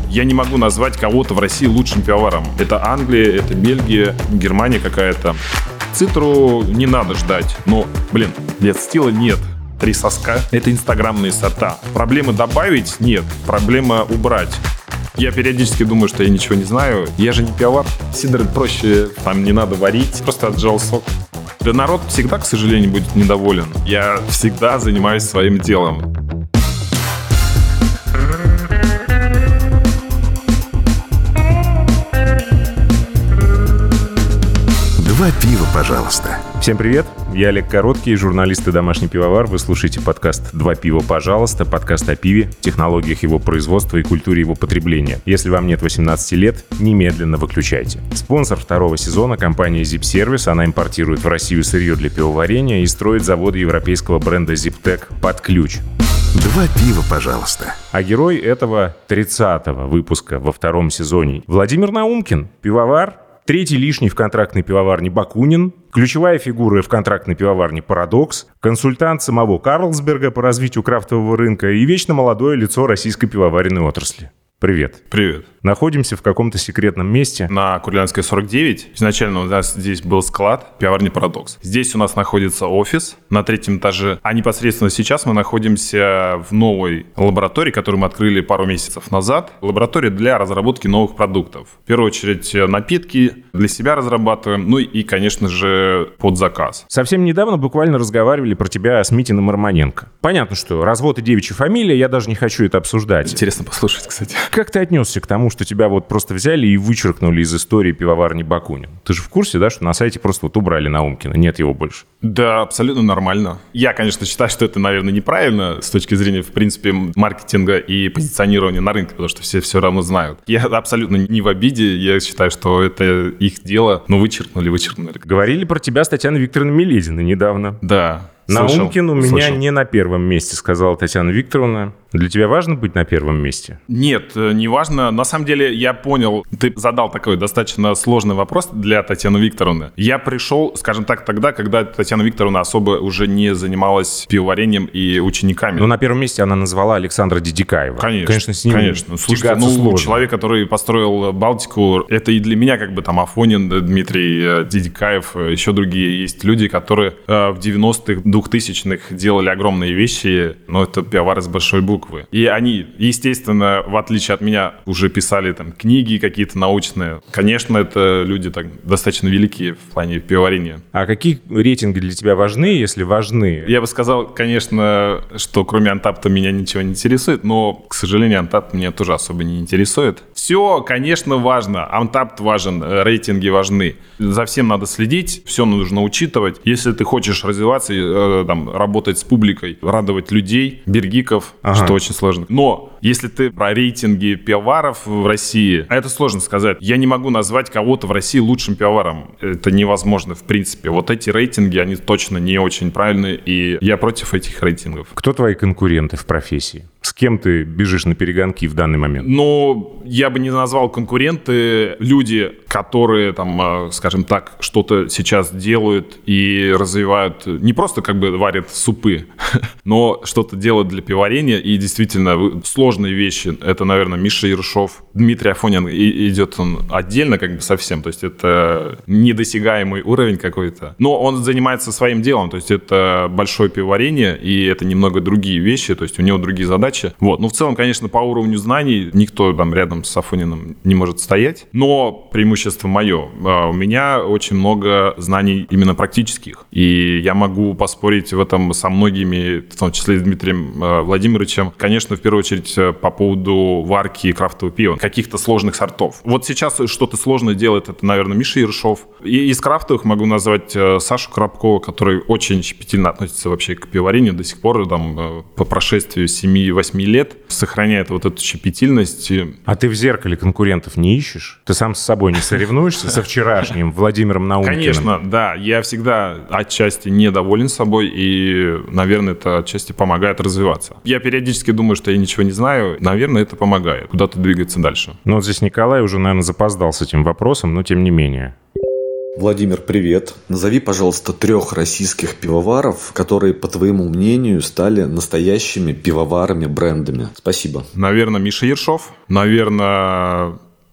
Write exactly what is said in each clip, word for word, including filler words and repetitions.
Я не могу назвать кого-то в России лучшим пивоваром. Это Англия, это Бельгия, Германия какая-то. Цитру не надо ждать. Но, блин, лет стила нет. Три соска — это инстаграмные сорта. Проблемы добавить? Нет. Проблема убрать. Я периодически думаю, что я ничего не знаю. Я же не пивовар. Сидр проще, там не надо варить. Просто отжал сок. Да народ всегда, к сожалению, будет недоволен. Я всегда занимаюсь своим делом. Два пива, пожалуйста. Всем привет, я Олег Короткий, журналист и домашний пивовар. Вы слушаете подкаст «Два пива, пожалуйста», подкаст о пиве, технологиях его производства и культуре его потребления. Если вам нет восемнадцати лет, немедленно выключайте. Спонсор второго сезона — компания Zip-Service. Она импортирует в Россию сырье для пивоварения и строит заводы европейского бренда ZipTech под ключ. Два пива, пожалуйста. А герой этого тридцатого выпуска во втором сезоне — Владимир Наумкин, пивовар, третий лишний в контрактной пивоварне Бакунин, ключевая фигура в контрактной пивоварне Парадокс, консультант самого Карлсберга по развитию крафтового рынка и вечно молодое лицо российской пивоваренной отрасли. Привет. Привет. Находимся в каком-то секретном месте. На Курлянской сорок девять. Изначально у нас здесь был склад пивоварни Парадокс. Здесь у нас находится офис на третьем этаже. А непосредственно сейчас мы находимся в новой лаборатории, которую мы открыли пару месяцев назад. Лаборатория для разработки новых продуктов. В первую очередь напитки для себя разрабатываем. Ну и, конечно же, под заказ. Совсем недавно буквально разговаривали про тебя с Митиным и Романенко. Понятно, что развод и девичья фамилия, я даже не хочу это обсуждать. Интересно послушать, кстати. Как ты отнесся к тому, что тебя вот просто взяли и вычеркнули из истории пивоварни Бакунин? Ты же в курсе, да, что на сайте просто вот убрали Наумкина, нет его больше? Да, абсолютно нормально. Я, конечно, считаю, что это, наверное, неправильно с точки зрения, в принципе, маркетинга и позиционирования на рынке, потому что все все равно знают. Я абсолютно не в обиде, я считаю, что это их дело, но вычеркнули, вычеркнули. Говорили про тебя с Татьяной Викторовной Мелединой недавно. Да. Наумкин у меня слышал. Не на первом месте, сказала Татьяна Викторовна. Для тебя важно быть на первом месте? Нет, не важно. На самом деле, я понял, ты задал такой достаточно сложный вопрос для Татьяны Викторовны. Я пришел, скажем так, тогда, когда Татьяна Викторовна особо уже не занималась пивоварением и учениками. Ну, на первом месте она назвала Александра Дидикаева. Конечно, конечно, с ним конечно. Слушайте, ну, сложно. Человек, который построил Балтику, это и для меня как бы там Афонин, Дмитрий Дидикаев, еще другие есть люди, которые в девяностых, двухтысячных делали огромные вещи, но это пивовары с большой буквы. И они, естественно, в отличие от меня, уже писали там книги какие-то научные. Конечно, это люди так достаточно великие в плане пивоварения. А какие рейтинги для тебя важны, если важны? Я бы сказал, конечно, что кроме Untappd меня ничего не интересует, но, к сожалению, Untappd меня тоже особо не интересует. Все, конечно, важно. Untappd важен, рейтинги важны. За всем надо следить, все нужно учитывать. Если ты хочешь развиваться, э, там, работать с публикой, радовать людей, бергиков, ага. что очень сложно. Но если ты про рейтинги пивоваров в России, а это сложно сказать. Я не могу назвать кого-то в России лучшим пивоваром. Это невозможно, в принципе. Вот эти рейтинги, они точно не очень правильные, и я против этих рейтингов. Кто твои конкуренты в профессии? С кем ты бежишь на перегонки в данный момент? Ну, я бы не назвал конкуренты. Люди, которые, там, скажем так, что-то сейчас делают и развивают, не просто как бы варят супы, но что-то делают для пивоварения. И действительно сложные вещи. Это, наверное, Миша Ершов. Дмитрий Афонин, и идет он отдельно как бы совсем. То есть это недосягаемый уровень какой-то. Но он занимается своим делом. То есть это большое пивоварение, и это немного другие вещи. То есть у него другие задачи. Вот. Ну, в целом, конечно, по уровню знаний никто там рядом с Афониным не может стоять. Но преимущество мое. У меня очень много знаний именно практических. И я могу поспорить в этом со многими, в том числе с Дмитрием Владимировичем. Конечно, в первую очередь по поводу варки крафтового пива. Каких-то сложных сортов. Вот сейчас что-то сложное делает, это, наверное, Миша Ершов. И из крафтовых могу назвать Сашу Коробкова, который очень щепетильно относится вообще к пивоварению до сих пор. Там, по прошествию семи-восьми лет сохраняет вот эту щепетильность. А ты в зеркале конкурентов не ищешь? Ты сам с собой не соревнуешься со вчерашним Владимиром Наумкиным? Конечно, да. Я всегда отчасти недоволен собой, и, наверное, это отчасти помогает развиваться. Я периодически думаю, что я ничего не знаю. Наверное, это помогает куда-то двигаться дальше. Ну, вот здесь Николай уже, наверное, запоздал с этим вопросом, но тем не менее. Владимир, привет. Назови, пожалуйста, трех российских пивоваров, которые, по твоему мнению, стали настоящими пивоварами-брендами. Спасибо. Наверное, Миша Ершов. Наверное,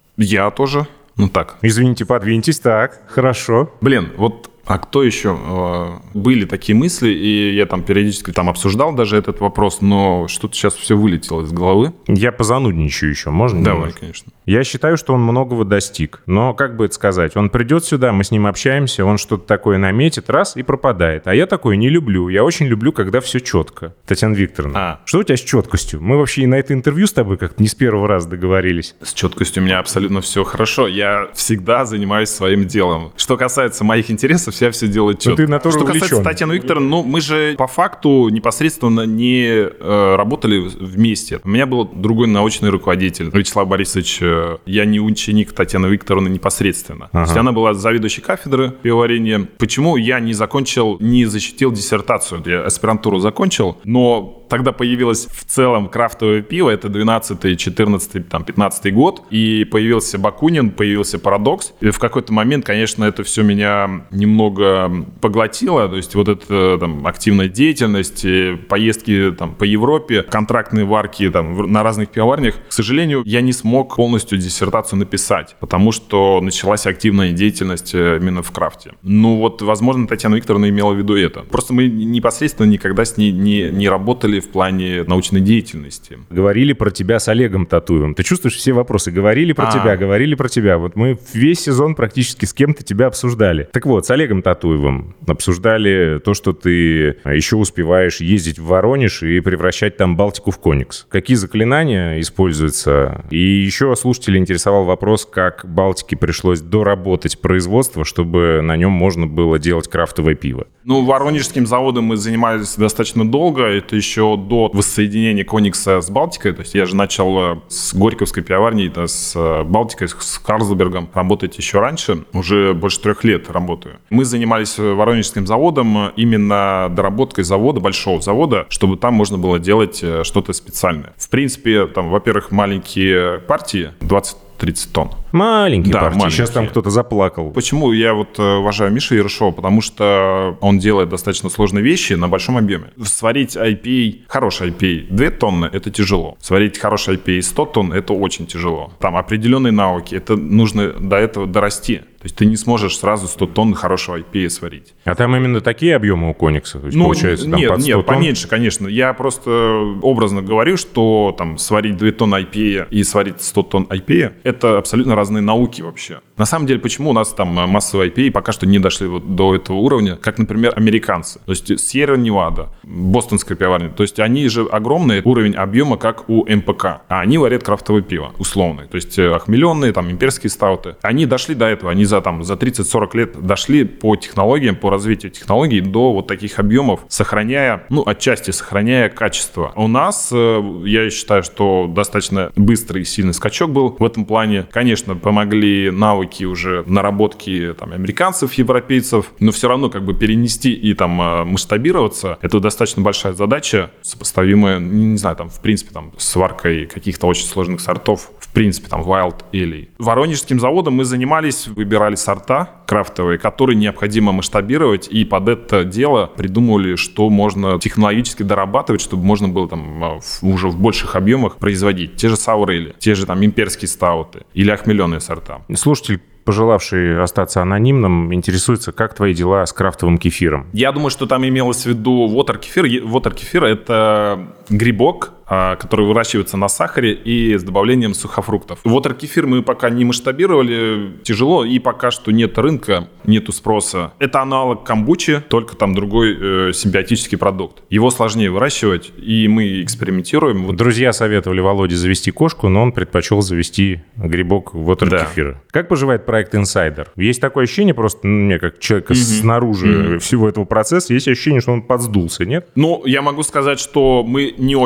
я тоже. Ну так. Извините, подвиньтесь. Так, хорошо. Блин, вот... А кто еще? Были такие мысли, и я там периодически там обсуждал даже этот вопрос, но что-то сейчас все вылетело из головы. Я позанудничаю еще, можно? Давай, немножко? конечно. Я считаю, что он многого достиг. Но, как бы это сказать, он придет сюда, мы с ним общаемся, он что-то такое наметит, раз, и пропадает. А я такое не люблю. Я очень люблю, когда все четко. Татьяна Викторовна, А. что у тебя с четкостью? Мы вообще и на это интервью с тобой как-то не с первого раза договорились. С четкостью у меня абсолютно все хорошо. Я всегда занимаюсь своим делом. Что касается моих интересов, я все делаю четко. Но ты натура Что касается увлечённый. Татьяны Викторовны, ну, мы же по факту непосредственно не э, работали вместе. У меня был другой научный руководитель, Вячеслав Борисович. Э, я не ученик Татьяны Викторовны непосредственно. Ага. То есть она была заведующей кафедры пивоварения. Почему я не закончил, не защитил диссертацию? Я аспирантуру закончил, но тогда появилось в целом крафтовое пиво, это двенадцатый, четырнадцатый, там, пятнадцатый год, и появился Бакунин, появился Парадокс. И в какой-то момент, конечно, это все меня немного поглотило, то есть вот эта там активная деятельность, поездки там по Европе, контрактные варки там на разных пивоварнях. К сожалению, я не смог полностью диссертацию написать, потому что началась активная деятельность именно в крафте. Ну вот, возможно, Татьяна Викторовна имела в виду это. Просто мы непосредственно никогда с ней не, не работали в плане научной деятельности. Говорили про тебя с Олегом Татуевым. Ты чувствуешь все вопросы? Говорили про А. тебя, говорили про тебя. Вот мы весь сезон практически с кем-то тебя обсуждали. Так вот, с Олегом Татуевым обсуждали то, что ты еще успеваешь ездить в Воронеж и превращать там Балтику в Коникс. Какие заклинания используются? И еще слушателя интересовал вопрос, как Балтике пришлось доработать производство, чтобы на нем можно было делать крафтовое пиво. Ну, воронежским заводом мы занимались достаточно долго. Это еще до воссоединения Коникса с Балтикой. То есть я же начал с Горьковской пивоварней, да, с Балтикой, с Карлсбергом работать еще раньше. Уже больше трех лет работаю. Мы занимались воронежским заводом именно доработкой завода, большого завода, чтобы там можно было делать что-то специальное. В принципе, там, во-первых, маленькие партии, двадцать-тридцать тонн. Маленькие Да, партии. маленькие. Сейчас там кто-то заплакал. Почему я вот э, уважаю Мишу Ершова? Потому что он делает достаточно сложные вещи на большом объеме. Сварить ай пи эй, хороший ай пи эй, две тонны – это тяжело. Сварить хороший ай пи эй сто тонн – это очень тяжело. Там определенные навыки, это нужно до этого дорасти. То есть ты не сможешь сразу сто тонн хорошего ай пи эй сварить. А там именно такие объемы у Коникса? То есть, Ну, получается, там нет, под сто нет, тонн? поменьше, конечно. Я просто образно говорю, что там сварить две тонны ай пи эй и сварить сто тонн ай пи эй – это абсолютно разные науки вообще. На самом деле, почему у нас там массовые ай пи эй пока что не дошли вот до этого уровня, как, например, американцы. То есть Сьерра-Невада, бостонская пивоварня. То есть они же огромный уровень объема, как у эм пэ ка. А они варят крафтовое пиво, условное. То есть охмеленные, там, имперские стауты. Они дошли до этого. Они за, там, за тридцать-сорок лет дошли по технологиям, по развитию технологий до вот таких объемов, сохраняя, ну, отчасти сохраняя качество. У нас, я считаю, что достаточно быстрый и сильный скачок был в этом плане. Конечно, помогли навыки уже, наработки там, американцев, европейцев, но все равно как бы перенести и там масштабироваться, это достаточно большая задача, сопоставимая, не знаю, там, в принципе, там, с варкой каких-то очень сложных сортов, в принципе, там, Wild Ale. Воронежским заводом мы занимались, выбирали сорта крафтовые, которые необходимо масштабировать, и под это дело придумывали, что можно технологически дорабатывать, чтобы можно было там уже в больших объемах производить. Те же Sour Ale, те же там имперские стауты или охмеленные сорта. Слушатель, пожелавший остаться анонимным, интересуется, как твои дела с крафтовым кефиром? Я думаю, что там имелось в виду water-кефир. Water-кефир – это грибок, который выращивается на сахаре и с добавлением сухофруктов. Water-кефир мы пока не масштабировали, тяжело, и пока что нет рынка, нету спроса. Это аналог камбучи, только там другой э, симбиотический продукт. Его сложнее выращивать, и мы экспериментируем. Вот. Друзья советовали Володе завести кошку, но он предпочел завести грибок water-кефира. Да. Как поживает проект Insider? Есть такое ощущение, просто ну, мне как человека mm-hmm. снаружи mm-hmm. всего этого процесса, есть ощущение, что он подсдулся, нет? Ну, я могу сказать, что мы не очень много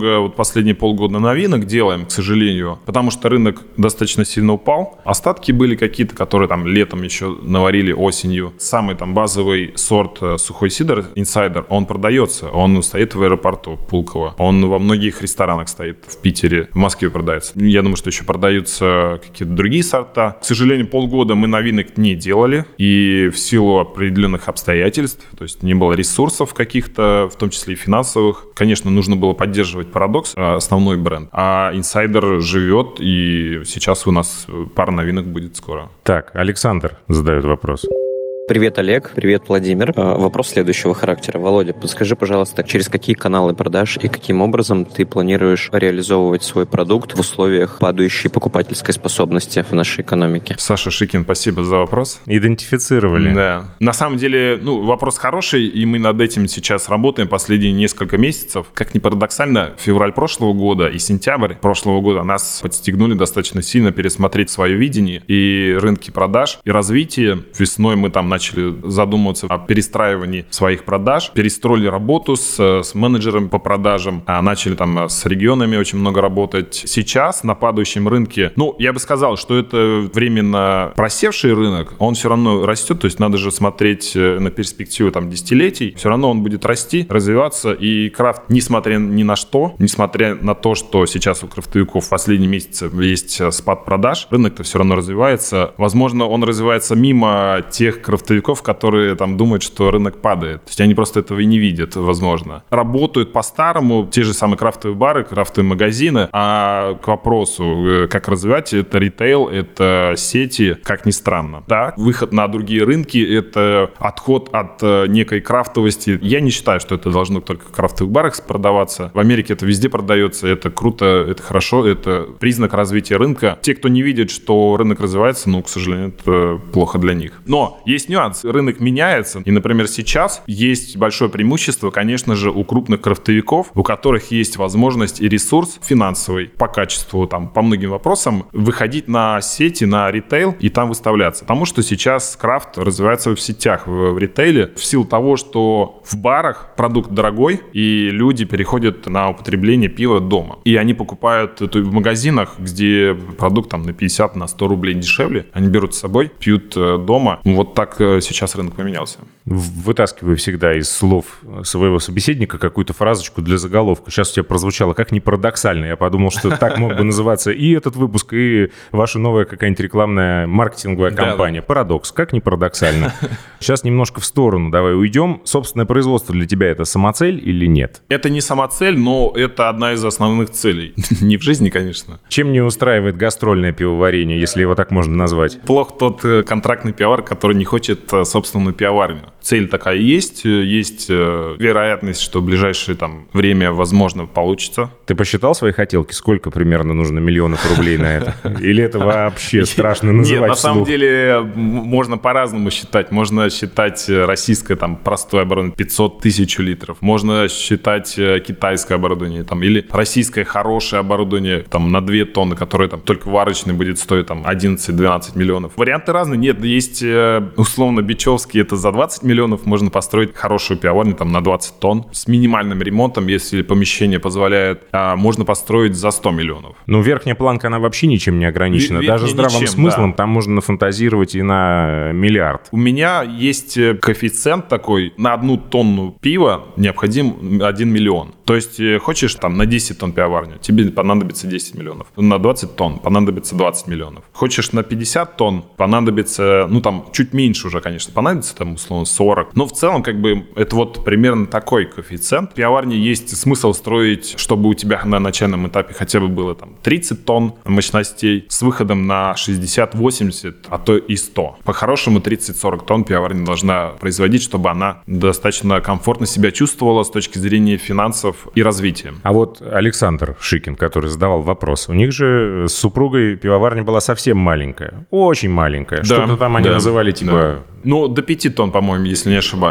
много вот последние полгода новинок делаем, к сожалению, потому что рынок достаточно сильно упал. Остатки были какие-то, которые там летом еще наварили, осенью. Самый там базовый сорт сухой сидр, Insider, он продается. Он стоит в аэропорту Пулково. Он во многих ресторанах стоит в Питере, в Москве продается. Я думаю, что еще продаются какие-то другие сорта. К сожалению, полгода мы новинок не делали. И в силу определенных обстоятельств, то есть не было ресурсов каких-то, в том числе и финансовых. Конечно, нужно было поддерживать Paradox, основной бренд. А Insider живет, и сейчас у нас пара новинок будет скоро. Так, Александр задает вопрос. Привет, Олег. Привет, Владимир. Вопрос следующего характера. Володя, подскажи, пожалуйста, через какие каналы продаж и каким образом ты планируешь реализовывать свой продукт в условиях падающей покупательской способности в нашей экономике? Саша Шикин, спасибо за вопрос. Идентифицировали. Да. На самом деле, ну, вопрос хороший, и мы над этим сейчас работаем последние несколько месяцев. Как ни парадоксально, февраль прошлого года и сентябрь прошлого года нас подстегнули достаточно сильно пересмотреть свое видение и рынки продаж, и развитие. Весной мы там начали задумываться о перестраивании своих продаж, перестроили работу с, с менеджером по продажам, начали там с регионами очень много работать. Сейчас на падающем рынке, ну, я бы сказал, что это временно просевший рынок, он все равно растет, то есть надо же смотреть на перспективу там десятилетий, все равно он будет расти, развиваться, и крафт, несмотря ни на что, несмотря на то, что сейчас у крафтовиков в последние месяцы есть спад продаж, рынок-то все равно развивается. Возможно, он развивается мимо тех крафтовиков, которые там думают, что рынок падает. То есть они просто этого и не видят, возможно. Работают по-старому те же самые крафтовые бары, крафтовые магазины. А к вопросу, как развивать, это ритейл, это сети, как ни странно. Да, выход на другие рынки, это отход от некой крафтовости. Я не считаю, что это должно только в крафтовых барах продаваться. В Америке это везде продается, это круто, это хорошо, это признак развития рынка. Те, кто не видит, что рынок развивается, ну, к сожалению, это плохо для них. Но есть нюанс. Рынок меняется. И, например, сейчас есть большое преимущество, конечно же, у крупных крафтовиков, у которых есть возможность и ресурс финансовый по качеству, там, по многим вопросам, выходить на сети, на ритейл и там выставляться. Потому что сейчас крафт развивается в сетях, в, в ритейле, в силу того, что в барах продукт дорогой, и люди переходят на употребление пива дома. И они покупают это в магазинах, где продукт там на пятьдесят, на сто рублей дешевле. Они берут с собой, пьют дома. Вот так сейчас рынок поменялся. Вытаскиваю всегда из слов своего собеседника какую-то фразочку для заголовка. Сейчас у тебя прозвучало как ни парадоксально. Я подумал, что так мог бы называться и этот выпуск, и ваша новая какая-нибудь рекламная маркетинговая кампания. Парадокс. Как ни парадоксально. Сейчас немножко в сторону давай уйдем. Собственное производство для тебя это самоцель или нет? Это не самоцель, но это одна из основных целей. Не в жизни, конечно. Чем не устраивает гастрольное пивоварение, если его так можно назвать? Плох тот контрактный пивовар, который не хочет собственную пивоварню. Цель такая есть, есть вероятность, что в ближайшее там время, возможно, получится. Ты посчитал свои хотелки? Сколько примерно нужно миллионов рублей на это? Или это вообще страшно называть? Нет, на самом деле можно по-разному считать. Можно считать российское там простое оборудование пятьсот тысяч литров. Можно считать китайское оборудование там, или российское хорошее оборудование там, на две тонны, которое там только варочный будет стоить там одиннадцать-двенадцать миллионов. Варианты разные. Нет, есть условно бичевские, это за двадцать миллионов можно построить хорошую пивоварню там на двадцать тонн. С минимальным ремонтом, если помещение позволяет, можно построить за сто миллионов. Ну, верхняя планка, она вообще ничем не ограничена. Ве- Даже здравым ничем, смыслом да. Там можно нафантазировать и на миллиард. У меня есть коэффициент такой. На одну тонну пива необходим один миллион. То есть хочешь там на десять тонн пивоварню, тебе понадобится десять миллионов. На двадцать тонн понадобится двадцать миллионов. Хочешь на пятьдесят тонн, понадобится, ну там чуть меньше уже, конечно, понадобится там условно сорок. Но в целом как бы это вот примерно такой коэффициент. В пивоварне есть смысл строить, чтобы у тебя на начальном этапе хотя бы было там тридцать тонн мощностей с выходом на шестьдесят-восемьдесят, а то и сто. По-хорошему тридцать-сорок тонн пивоварня должна производить, чтобы она достаточно комфортно себя чувствовала с точки зрения финансов и развития. А вот Александр Шикин, который задавал вопрос, у них же с супругой пивоварня была совсем маленькая, очень маленькая. Да, что-то там они да, называли типа... Да. Ну, до пяти тонн, по-моему, если не ошибаюсь.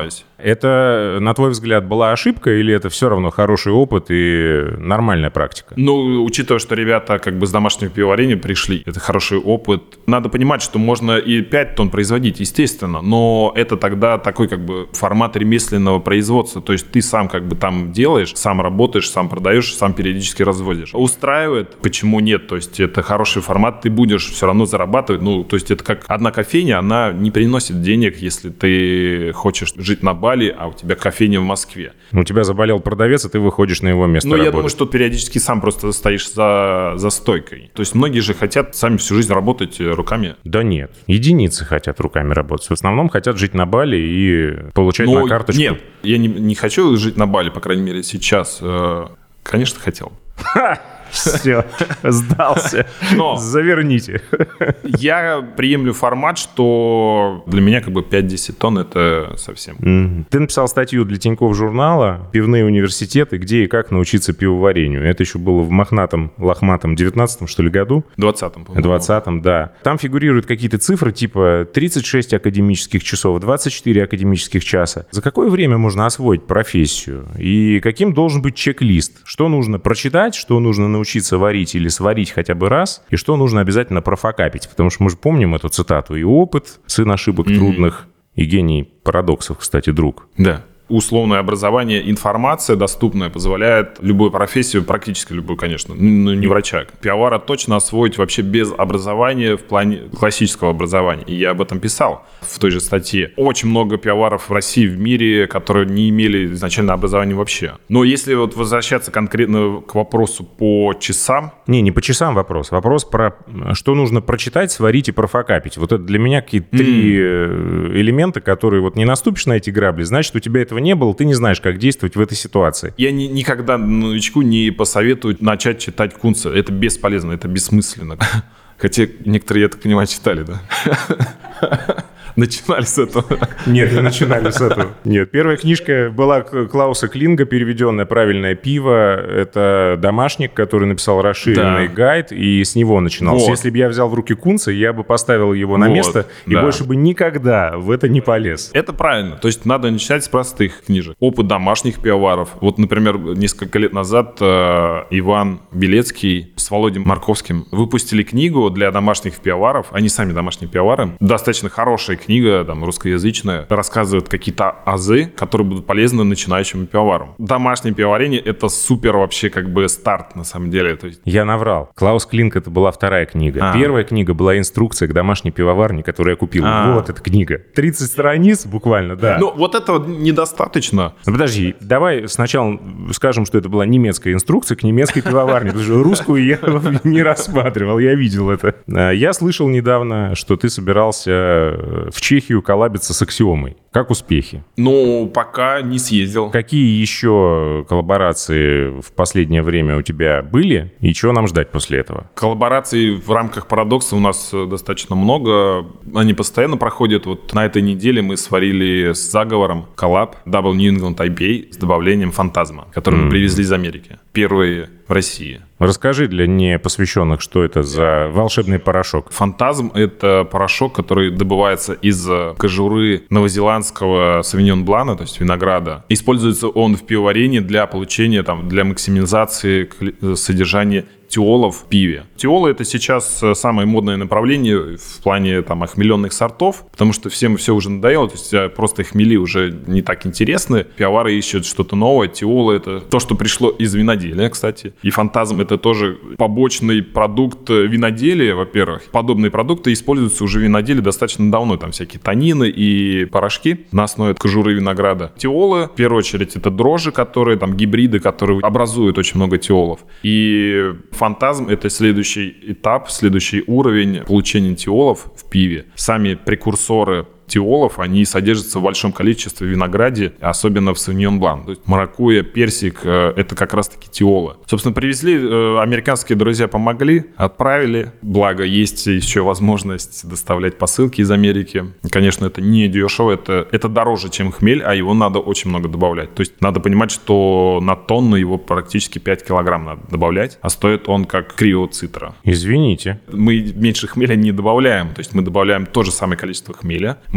Это, на твой взгляд, была ошибка или это все равно хороший опыт и нормальная практика? Ну, учитывая, что ребята как бы с домашнего пивоварения пришли, это хороший опыт. Надо понимать, что можно и пять тонн производить, естественно, но это тогда такой как бы формат ремесленного производства. То есть ты сам как бы там делаешь, сам работаешь, сам продаешь, сам периодически разводишь. Устраивает? Почему нет? То есть это хороший формат, ты будешь все равно зарабатывать. Ну, то есть это как одна кофейня, она не приносит денег, если ты хочешь жить на Бали, а у тебя кофейня в Москве. У тебя заболел продавец, и ты выходишь на его место Ну, работать. я думаю, что периодически сам просто стоишь за, за стойкой. То есть многие же хотят сами всю жизнь работать руками. Да нет, единицы хотят руками работать. В основном хотят жить на Бали и получать Но на карточку. Нет, я не, не хочу жить на Бали, по крайней мере, сейчас. Конечно, хотел. Все, сдался. Но заверните. Я приемлю формат, что для меня как бы пять-десять тонн это совсем. Mm-hmm. Ты написал статью для Тинькофф журнала «Пивные университеты. Где и как научиться пивоварению». Это еще было в мохнатом, лохматом девятнадцатом, что ли, году? двадцатом, по-моему. двадцатом, да. Там фигурируют какие-то цифры типа тридцать шесть академических часов, двадцать четыре академических часа. За какое время можно освоить профессию? И каким должен быть чек-лист? Что нужно прочитать, что нужно научиться учиться варить или сварить хотя бы раз, и что нужно обязательно профокапить, потому что мы же помним эту цитату: и опыт, сын ошибок mm-hmm. трудных, и гений парадоксов, кстати, друг. Да. Условное образование, информация доступная позволяет любую профессию, практически любую, конечно, ну не врача, пивовара точно освоить вообще без образования в плане классического образования. И я об этом писал в той же статье. Очень много пивоваров в России, в мире, которые не имели изначально образования вообще. Но если вот возвращаться конкретно к вопросу по часам... Не, не по часам вопрос. Вопрос про что нужно прочитать, сварить и профокапить. Вот это для меня какие-то три mm. элемента, которые вот не наступишь на эти грабли, значит, у тебя этого не было, ты не знаешь, как действовать в этой ситуации. Я ни, никогда новичку не посоветую начать читать Кунца. Это бесполезно, это бессмысленно. Хотя некоторые, я так понимаю, читали, да? Начинали с этого? Нет, не начинали с этого. Нет, первая книжка была Клауса Клинга, переведенная «Правильное пиво». Это домашник, который написал расширенный да. гайд, и с него начинался. Вот. Если бы я взял в руки Кунца, я бы поставил его на вот, место, и да. больше бы никогда в это не полез. Это правильно. То есть надо начинать с простых книжек. Опыт домашних пивоваров. Вот, например, несколько лет назад э, Иван Белецкий с Володей Марковским выпустили книгу для домашних пивоваров. Они сами домашние пивовары. Достаточно хорошая книга, там, русскоязычная, рассказывает какие-то азы, которые будут полезны начинающим пивоварам. Домашнее пивоварение — это супер вообще как бы старт, на самом деле. То есть... Я наврал. Клаус Клинк — это была вторая книга. А. Первая книга была инструкция к домашней пивоварне, которую я купил. А. Вот эта книга. тридцать страниц буквально, да. Ну, вот этого недостаточно. Ну, подожди, давай сначала скажем, что это была немецкая инструкция к немецкой пивоварне, потому что русскую я не рассматривал, я видел это. Я слышал недавно, что ты собирался в Чехию коллабиться с Аксиомой. Как успехи? Ну, пока не съездил. Какие еще коллаборации в последнее время у тебя были? И чего нам ждать после этого? Коллабораций в рамках «Парадокса» у нас достаточно много. Они постоянно проходят. Вот на этой неделе мы сварили с Заговором коллаб Double New England ай пи эй с добавлением фантазма, который mm. мы привезли из Америки. Первые в России. Расскажи для непосвященных, что это за волшебный порошок. Фантазм — это порошок, который добывается из кожуры новозеландского савиньон блана, то есть винограда. Используется он в пивоварении для получения, там, для максимизации содержания тиолов в пиве. Тиолы — это сейчас самое модное направление в плане там охмеленных сортов, потому что всем все уже надоело, то есть просто хмели уже не так интересны. Пивовары ищут что-то новое. Тиолы — это то, что пришло из виноделия, кстати. И фантазм — это тоже побочный продукт виноделия, во-первых. Подобные продукты используются уже в виноделии достаточно давно. Там всякие танины и порошки на основе кожуры винограда. Тиолы, в первую очередь, это дрожжи, которые, там, гибриды, которые образуют очень много тиолов. И фантазм — это следующий этап, следующий уровень получения тиолов в пиве. Сами прекурсоры тиолов, они содержатся в большом количестве в винограде, особенно в савиньон блан. То есть маракуйя, персик — это как раз-таки тиолы. Собственно, привезли, американские друзья помогли, отправили. Благо, есть еще возможность доставлять посылки из Америки. Конечно, это не дешево, это, это дороже, чем хмель, а его надо очень много добавлять. То есть надо понимать, что на тонну его практически пять килограмм надо добавлять, а стоит он как криоцитра. Извините. Мы меньше хмеля не добавляем, то есть мы добавляем то же самое количество хмеля, мы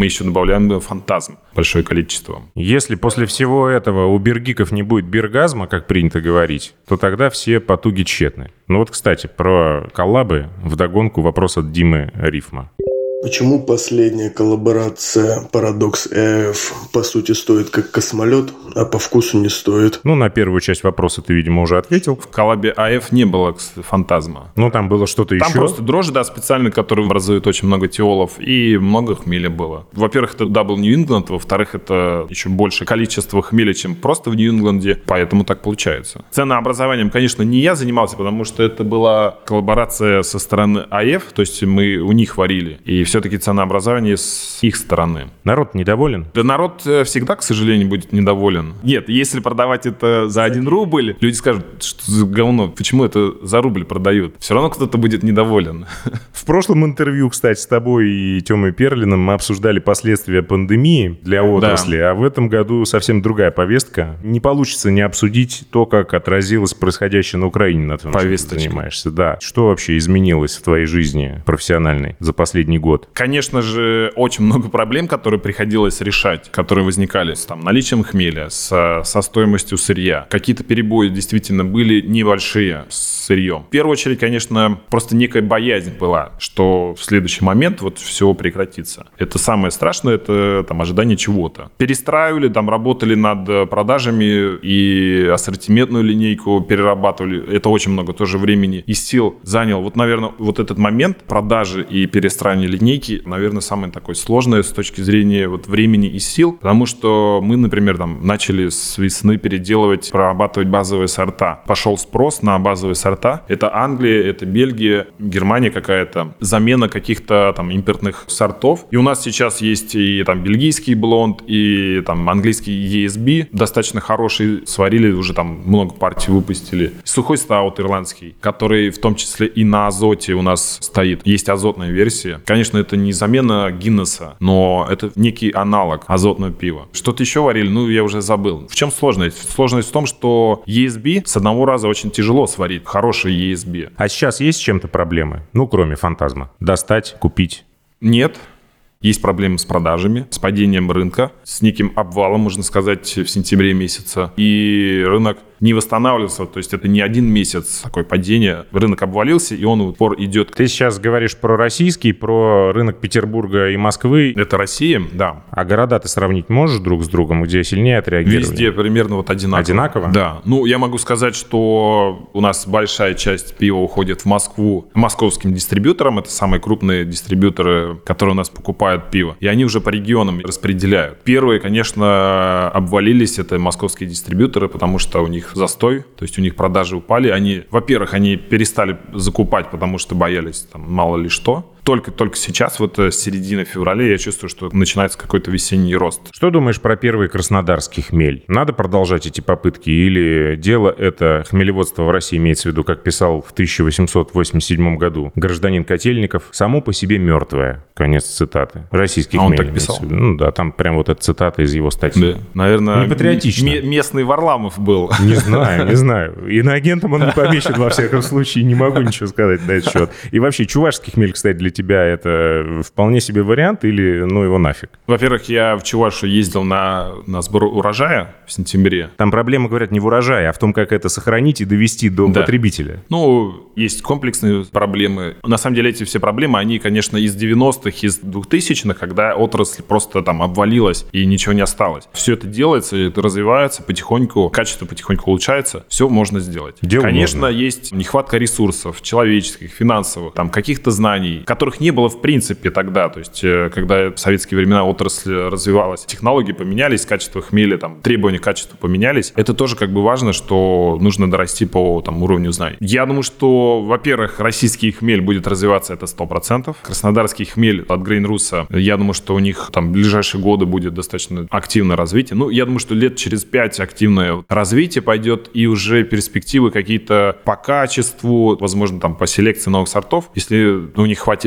мы еще добавляем фантазм, большое количество. Если после всего этого у бергиков не будет бергазма, как принято говорить, то тогда все потуги тщетны. Ну вот, кстати, про коллабы вдогонку вопрос от Димы Рифма. Почему последняя коллаборация Paradox и эй эф по сути стоит как космолет, а по вкусу не стоит? Ну, на первую часть вопроса ты, видимо, уже ответил. В коллабе эй эф не было кстати, фантазма. Ну, там было что-то Там еще. Там просто дрожжи, да, специальные, которые образуют очень много тиолов, и много хмеля было. Во-первых, это дабл Нью-Ингланд, во-вторых, это еще больше количество хмеля, чем просто в Нью-Ингланде, поэтому так получается. Ценообразованием, конечно, не я занимался, потому что это была коллаборация со стороны эй эф, то есть мы у них варили, и все-таки ценообразование с их стороны. Народ недоволен? Да народ всегда, к сожалению, будет недоволен. Нет, если продавать это за один рубль, люди скажут, что за говно, почему это за рубль продают? Все равно кто-то будет недоволен. В прошлом интервью, кстати, с тобой и Тёмой Перлиным мы обсуждали последствия пандемии для отрасли, да. А в этом году совсем другая повестка. Не получится не обсудить то, как отразилось происходящее на Украине, на том, чем ты занимаешься. Да. Что вообще изменилось в твоей жизни профессиональной за последний год? Конечно же, очень много проблем, которые приходилось решать, которые возникали с там, наличием хмеля, с, со стоимостью сырья. Какие-то перебои действительно были небольшие с сырьем. В первую очередь, конечно, просто некая боязнь была, что в следующий момент вот все прекратится. Это самое страшное, это там, ожидание чего-то. Перестраивали, там, работали над продажами и ассортиментную линейку перерабатывали. Это очень много тоже времени и сил занял. Вот, наверное, вот этот момент продажи и перестраивания линейки, наверное, самое такое сложное с точки зрения вот времени и сил, потому что мы, например, там начали с весны переделывать, прорабатывать базовые сорта. Пошел спрос на базовые сорта. Это Англия, это Бельгия, Германия какая-то. Замена каких-то там импортных сортов. И у нас сейчас есть и там бельгийский блонд, и там английский и эс би, достаточно хороший. Сварили, уже там много партий выпустили. Сухой стаут ирландский, который в том числе и на азоте у нас стоит. Есть азотная версия. Конечно, это не замена Гиннесса, но это некий аналог азотного пива. Что-то еще варили, ну, я уже забыл. В чем сложность? Сложность в том, что и эс би с одного раза очень тяжело сварить. Хороший и эс би. А сейчас есть с чем-то проблемы? Ну, кроме фантазма. Достать, купить? Нет. Есть проблемы с продажами, с падением рынка, с неким обвалом, можно сказать, в сентябре месяце. И рынок не восстанавливался, то есть это не один месяц такое падение. Рынок обвалился, и он в упор идет. Ты сейчас говоришь про российский, про рынок Петербурга и Москвы. Это Россия, да. А города ты сравнить можешь друг с другом, где сильнее отреагировали? Везде примерно вот одинаково. Одинаково? Да. Ну, я могу сказать, что у нас большая часть пива уходит в Москву московским дистрибьюторам. Это самые крупные дистрибьюторы, которые у нас покупают пиво. И они уже по регионам распределяют. Первые, конечно, обвалились, это московские дистрибьюторы, потому что у них застой, то есть у них продажи упали. Они, во-первых, они перестали закупать, потому что боялись там мало ли что. Только-только сейчас, вот с середины февраля, я чувствую, что начинается какой-то весенний рост. Что думаешь про первый краснодарский хмель? Надо продолжать эти попытки или дело это, хмелеводство в России имеется в виду, как писал в тысяча восемьсот восемьдесят седьмом году гражданин Котельников, само по себе мертвое? Конец цитаты. Российский а хмель. он так писал? Ну да, там прям вот эта цитата из его статьи. Да. Наверное, не патриотично. М- местный Варламов был. Не знаю, не знаю. Иноагентом он не помечен, во всяком случае, не могу ничего сказать на этот счет. И вообще, чувашский хмель, кстати, для тебя это вполне себе вариант или ну его нафиг? Во-первых, я в Чувашу ездил на, на сбор урожая в сентябре. Там проблема, говорят, не в урожае, а в том, как это сохранить и довести до да. потребителя. Ну, есть комплексные проблемы. На самом деле, эти все проблемы, они, конечно, из девяностых, из двухтысячных, когда отрасль просто там обвалилась и ничего не осталось. Все это делается, это развивается потихоньку, качество потихоньку улучшается, все можно сделать. Дело конечно, можно. Есть нехватка ресурсов человеческих, финансовых, там, каких-то знаний, которых не было в принципе тогда. То есть, когда в советские времена отрасль развивалась, технологии поменялись, качество хмеля, там, требования к качеству поменялись. Это тоже как бы важно, что нужно дорасти по там, уровню знаний. Я думаю, что, во-первых, российский хмель будет развиваться, это сто процентов. Краснодарский хмель от Грейнруса, я думаю, что у них там в ближайшие годы будет достаточно активное развитие. Ну, я думаю, что лет через пять активное развитие пойдет, и уже перспективы какие-то по качеству, возможно, там по селекции новых сортов, если у них хватит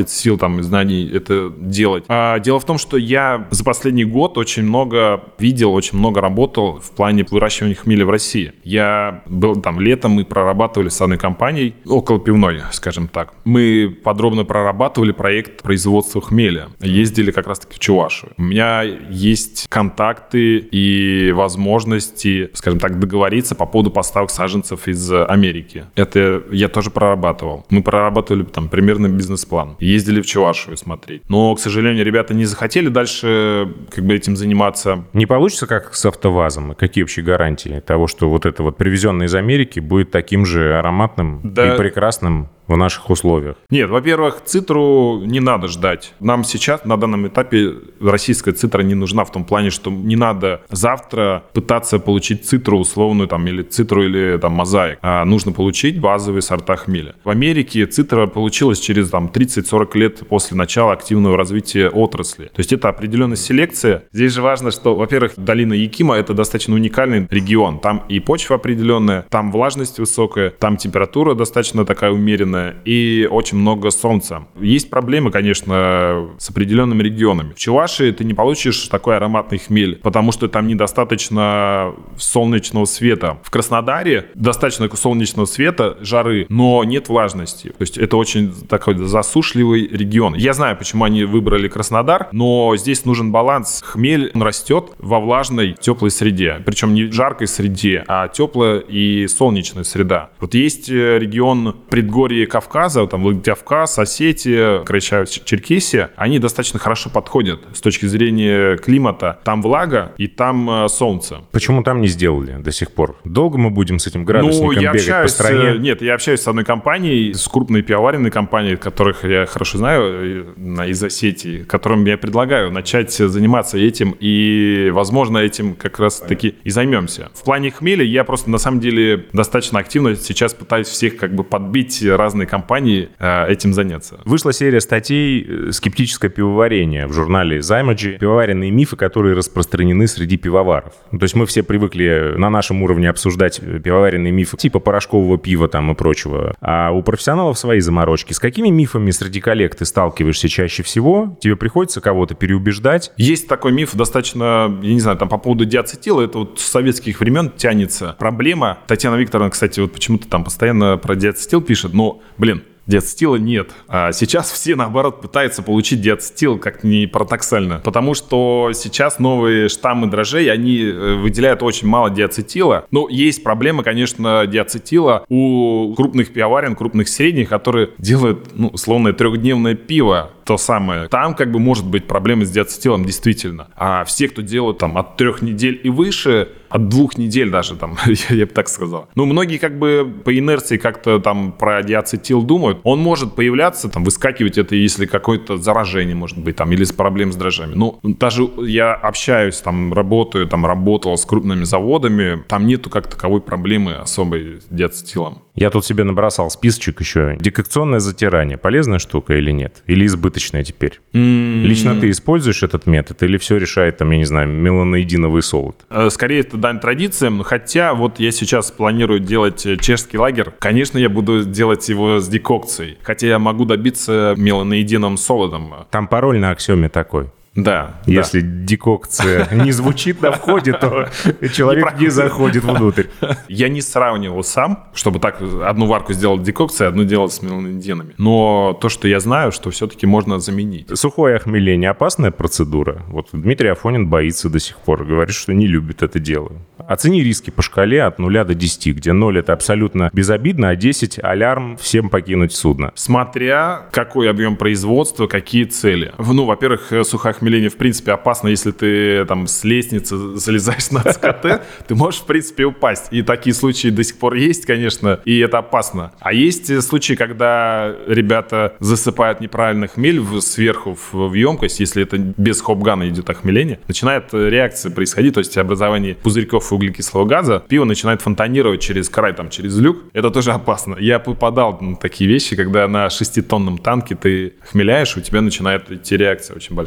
хватит сил там и знаний это делать. А дело в том, что я за последний год очень много видел, очень много работал в плане выращивания хмеля в России. Я был там летом, мы прорабатывали с одной компанией, около пивной, скажем так. Мы подробно прорабатывали проект производства хмеля. Ездили как раз-таки в Чувашию. У меня есть контакты и возможности, скажем так, договориться по поводу поставок саженцев из Америки. Это я тоже прорабатывал. Мы прорабатывали там примерно бизнес-план. Ездили в Чувашию смотреть. Но, к сожалению, ребята не захотели дальше как бы этим заниматься. Не получится, как с АвтоВАЗом? Какие вообще гарантии того, что вот это вот привезенное из Америки будет таким же ароматным да. и прекрасным в наших условиях? Нет, во-первых, цитру не надо ждать. Нам сейчас, на данном этапе, российская цитра не нужна в том плане, что не надо завтра пытаться получить цитру условную, там, или цитру, или там, мозаик. А нужно получить базовые сорта хмеля. В Америке цитра получилась через там, тридцать-сорок лет после начала активного развития отрасли. То есть это определенная селекция. Здесь же важно, что, во-первых, долина Якима — это достаточно уникальный регион. Там и почва определенная, там влажность высокая, там температура достаточно такая умеренная, и очень много солнца. Есть проблемы, конечно, с определенными регионами. В Чувашии ты не получишь такой ароматный хмель, потому что там недостаточно солнечного света. В Краснодаре достаточно солнечного света, жары, но нет влажности. То есть это очень такой засушливый регион. Я знаю, почему они выбрали Краснодар, но здесь нужен баланс. Хмель, он растет во влажной, теплой среде. Причем не жаркой среде, а теплая и солнечная среда. Вот есть регион предгорья Кавказа, там Владикавказ, Осетия, Карачаево-Черкесия, они достаточно хорошо подходят с точки зрения климата. Там влага и там э, солнце. Почему там не сделали до сих пор? Долго мы будем с этим градусником ну, я бегать общаюсь, по стране? Нет, я общаюсь с одной компанией, с крупной пивоваренной компанией, которых я хорошо знаю, из Осетии, которым я предлагаю начать заниматься этим, и, возможно, этим как раз-таки и займемся. В плане хмеля я просто, на самом деле, достаточно активно сейчас пытаюсь всех как бы подбить разные компании э, этим заняться. Вышла серия статей «Скептическое пивоварение» в журнале Zymogy. Пивоваренные мифы, которые распространены среди пивоваров. То есть мы все привыкли на нашем уровне обсуждать пивоваренные мифы типа порошкового пива там и прочего. А у профессионалов свои заморочки. С какими мифами среди коллег ты сталкиваешься чаще всего? Тебе приходится кого-то переубеждать? Есть такой миф достаточно, я не знаю, там по поводу диацетила. Это вот с советских времен тянется проблема. Татьяна Викторовна, кстати, вот почему-то там постоянно про диацетил пишет, но, блин, диацетила нет. А сейчас все, наоборот, пытаются получить диацетил, как ни парадоксально. Потому что сейчас новые штаммы дрожжей, они выделяют очень мало диацетила. Но есть проблема, конечно, диацетила у крупных пивоварен, крупных средних, которые делают, ну, условно, трехдневное пиво. То самое. Там как бы может быть проблемы с диацетилом, действительно. А все, кто делают там от трех недель и выше, от двух недель даже, там, я, я бы так сказал. Ну, многие как бы по инерции как-то там про диацетил думают. Он может появляться, там, выскакивать это, если какое-то заражение может быть, там, или с проблем с дрожжами. Ну, даже я общаюсь, там, работаю, там, работал с крупными заводами, там нету как таковой проблемы особой с диацетилом. Я тут себе набросал списочек еще. Декокционное затирание. Полезная штука или нет? Или избыточная теперь? Mm-hmm. Лично ты используешь этот метод? Или все решает, там, я не знаю, меланоидиновый солод? Скорее, это дань традициям. Хотя вот я сейчас планирую делать чешский лагерь. Конечно, я буду делать его с декокцией. Хотя я могу добиться меланоидиновым солодом. Там пароль на аксиоме такой. Да. Если да. декокция не звучит на входе, то человек не заходит внутрь. Я не сравнивал сам, чтобы так одну варку сделал декокцией, одну делал с меланоидинами. Но то, что я знаю, что все-таки можно заменить. Сухое охмеление — опасная процедура? Вот Дмитрий Афонин боится до сих пор, говорит, что не любит это дело. Оцени риски по шкале от нуля до десяти, где ноль — это абсолютно безобидно, а десять — алярм, всем покинуть судно. Смотря какой объем производства, какие цели. Ну, во-первых, сухое охмеление в принципе опасно, если ты там с лестницы залезаешь на ЦКТ, ты можешь в принципе упасть. И такие случаи до сих пор есть, конечно, и это опасно. А есть случаи, когда ребята засыпают неправильно хмель сверху в емкость, если это без хоп-гана идет охмеление, начинает реакция происходить, то есть образование пузырьков углекислого газа, пиво начинает фонтанировать через край, там, через люк. Это тоже опасно. Я попадал на такие вещи, когда на шеститонном танке ты хмеляешь, у тебя начинает идти реакция очень большая.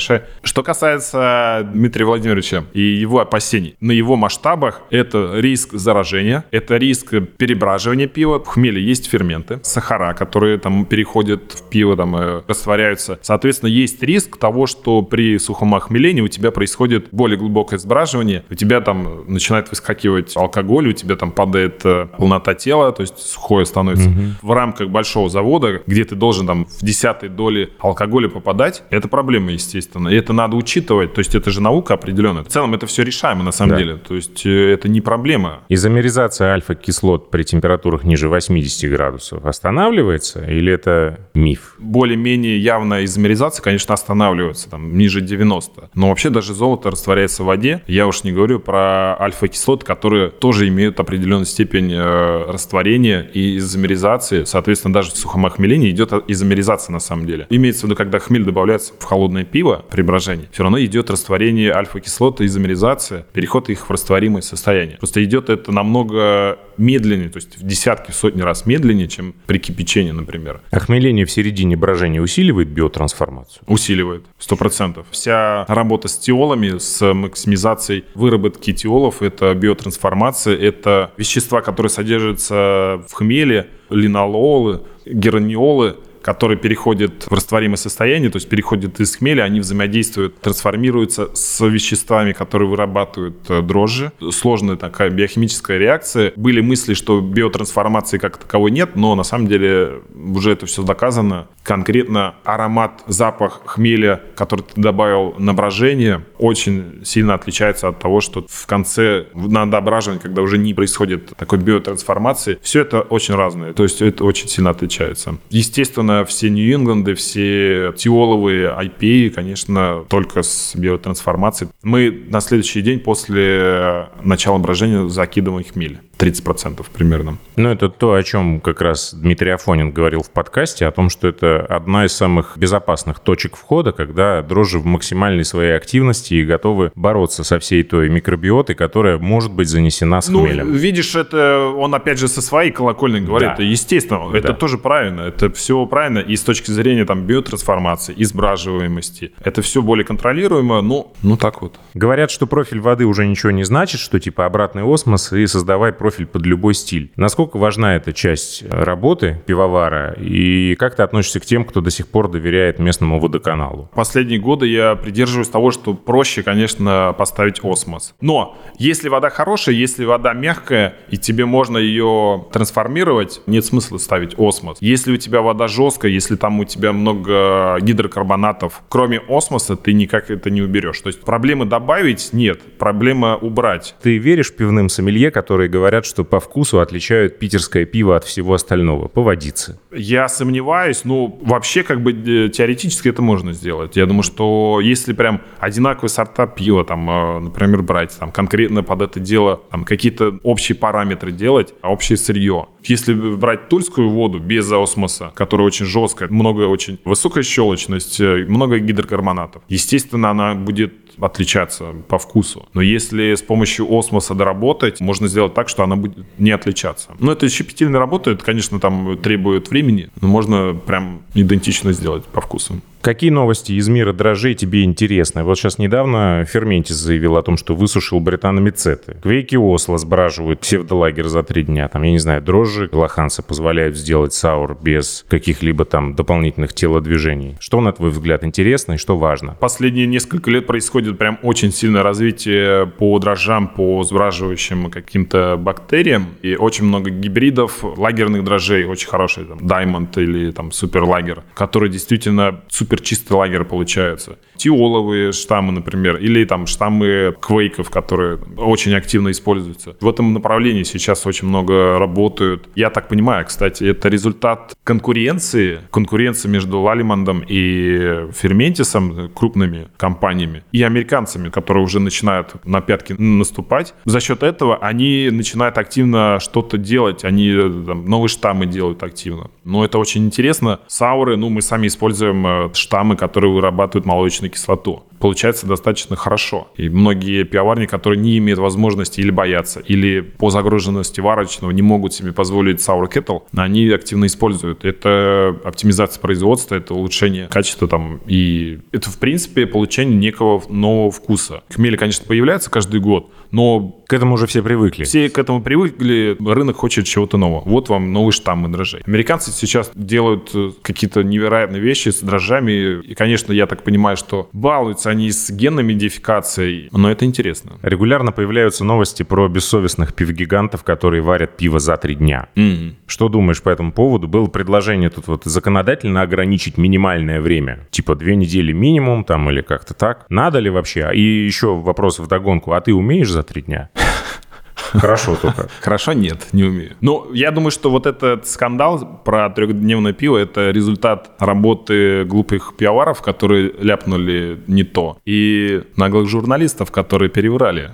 Что касается Дмитрия Владимировича и его опасений, на его масштабах это риск заражения, это риск перебраживания пива. В хмеле есть ферменты, сахара, которые там переходят в пиво, там растворяются. Соответственно, есть риск того, что при сухом охмелении у тебя происходит более глубокое сбраживание, у тебя там начинает выскакивать алкоголь, у тебя там падает полнота тела, то есть сухое становится. Угу. В рамках большого завода, где ты должен там в десятой доли алкоголя попадать, это проблема, естественно. И это надо учитывать, то есть это же наука определенная. В целом это все решаемо на самом да. деле, то есть это не проблема. Изомеризация альфа-кислот при температурах ниже восьмидесяти градусов останавливается или это миф? Более-менее явная изомеризация, конечно, останавливается там ниже девяноста. Но вообще даже золото растворяется в воде. Я уж не говорю про альфа-кислоты, которые тоже имеют определенную степень э, растворения и изомеризации. Соответственно, даже в сухом охмелении идет изомеризация на самом деле. Имеется в виду, когда хмель добавляется в холодное пиво при брожении, все равно идет растворение альфа-кислоты, изомеризация, переход их в растворимое состояние. Просто идет это намного медленнее, то есть в десятки, в сотни раз медленнее, чем при кипячении, например. Охмеление в середине брожения усиливает биотрансформацию? Усиливает, сто процентов. Вся работа с тиолами, с максимизацией выработки тиолов, это биотрансформация, это вещества, которые содержатся в хмеле, линололы, гераниолы, которые переходят в растворимое состояние, то есть переходят из хмеля, они взаимодействуют, трансформируются с веществами, которые вырабатывают дрожжи. Сложная такая биохимическая реакция. Были мысли, что биотрансформации как таковой нет, но на самом деле уже это все доказано. Конкретно аромат, запах хмеля, который ты добавил на брожение, очень сильно отличается от того, что в конце на дображивании, когда уже не происходит такой биотрансформации, все это очень разное, то есть это очень сильно отличается. Естественно, все Нью-Ингланды, все тиоловые ай пи эй, конечно, только с биотрансформацией. Мы на следующий день после начала брожения закидываем хмель. тридцать процентов примерно. Ну, это то, о чем как раз Дмитрий Афонин говорил в подкасте, о том, что это одна из самых безопасных точек входа, когда дрожжи в максимальной своей активности и готовы бороться со всей той микробиотой, которая может быть занесена с хмелем. Ну, видишь, это он опять же со своей колокольни говорит. Да. Естественно, да. Это тоже правильно. Это все правильно. И с точки зрения там биотрансформации, избраживаемости. Это все более контролируемо, но ну так вот. Говорят, что профиль воды уже ничего не значит, что типа обратный осмос и создавай профиль под любой стиль. Насколько важна эта часть работы пивовара и как ты относишься к тем, кто до сих пор доверяет местному водоканалу? Последние годы я придерживаюсь того, что проще, конечно, поставить осмос. Но если вода хорошая, если вода мягкая, и тебе можно ее трансформировать, нет смысла ставить осмос. Если у тебя вода жесткая, если там у тебя много гидрокарбонатов, кроме осмоса ты никак это не уберешь. То есть проблемы добавить нет, проблема убрать. Ты веришь пивным сомелье, которые говорят, что по вкусу отличают питерское пиво от всего остального, по водице? Я сомневаюсь, но вообще как бы теоретически это можно сделать. Я думаю, что если прям одинаковые сорта пива, там, например, брать там, конкретно под это дело там, какие-то общие параметры делать, общее сырье. Если брать тульскую воду без осмоса, которая очень жесткая, много очень высокая щелочность, много гидрокарбонатов, естественно, она будет отличаться по вкусу. Но если с помощью осмоса доработать, можно сделать так, что она будет не отличаться. Но это щепетильная работа, это, конечно, там требует времени, но можно прям идентично сделать по вкусу. Какие новости из мира дрожжей тебе интересны? Вот сейчас недавно Ферментис заявил о том, что высушил британомицеты. Квейки Осло сбраживают псевдолагер за три дня. Там, я не знаю, дрожжи Лоханса позволяют сделать саур без каких-либо там дополнительных телодвижений. Что, на твой взгляд, интересно и что важно? Последние несколько лет происходит прям очень сильное развитие по дрожжам, по сбраживающим каким-то бактериям. И очень много гибридов лагерных дрожжей, очень хорошие, там, Diamond или там суперлагер, которые действительно супер чистый лагерь получается. Тиоловые штаммы, например, или там штаммы квейков, которые очень активно используются. В этом направлении сейчас очень много работают. Я так понимаю, кстати, это результат конкуренции, конкуренции между Лалимандом и Ферментисом, крупными компаниями, и американцами, которые уже начинают на пятки наступать. За счет этого они начинают активно что-то делать, они там, новые штаммы делают активно. Но это очень интересно. Сауры, ну, мы сами используем штаммы, которые вырабатывают молочную кислоту. Получается достаточно хорошо. И многие пивоварни, которые не имеют возможности или боятся, или по загруженности варочного не могут себе позволить sour kettle, они активно используют. Это оптимизация производства, это улучшение качества там, и это, в принципе, получение некого нового вкуса. Хмели, конечно, появляются каждый год, но к этому уже все привыкли. Все к этому привыкли, рынок хочет чего-то нового. Вот вам новые штаммы дрожжей. Американцы сейчас делают какие-то невероятные вещи с дрожжами, и, конечно, я так понимаю, что балуются они с генной модификацией, но это интересно. Регулярно появляются новости про бессовестных пивгигантов, которые варят пиво за три дня. Mm-hmm. Что думаешь по этому поводу? Было предложение тут вот законодательно ограничить минимальное время, типа две недели минимум там или как-то так. Надо ли вообще? И еще вопрос вдогонку, а ты умеешь за три дня? Хорошо только. Хорошо, нет, не умею. Но я думаю, что вот этот скандал про трехдневное пиво — это результат работы глупых пивоваров, которые ляпнули не то, и наглых журналистов, которые переврали.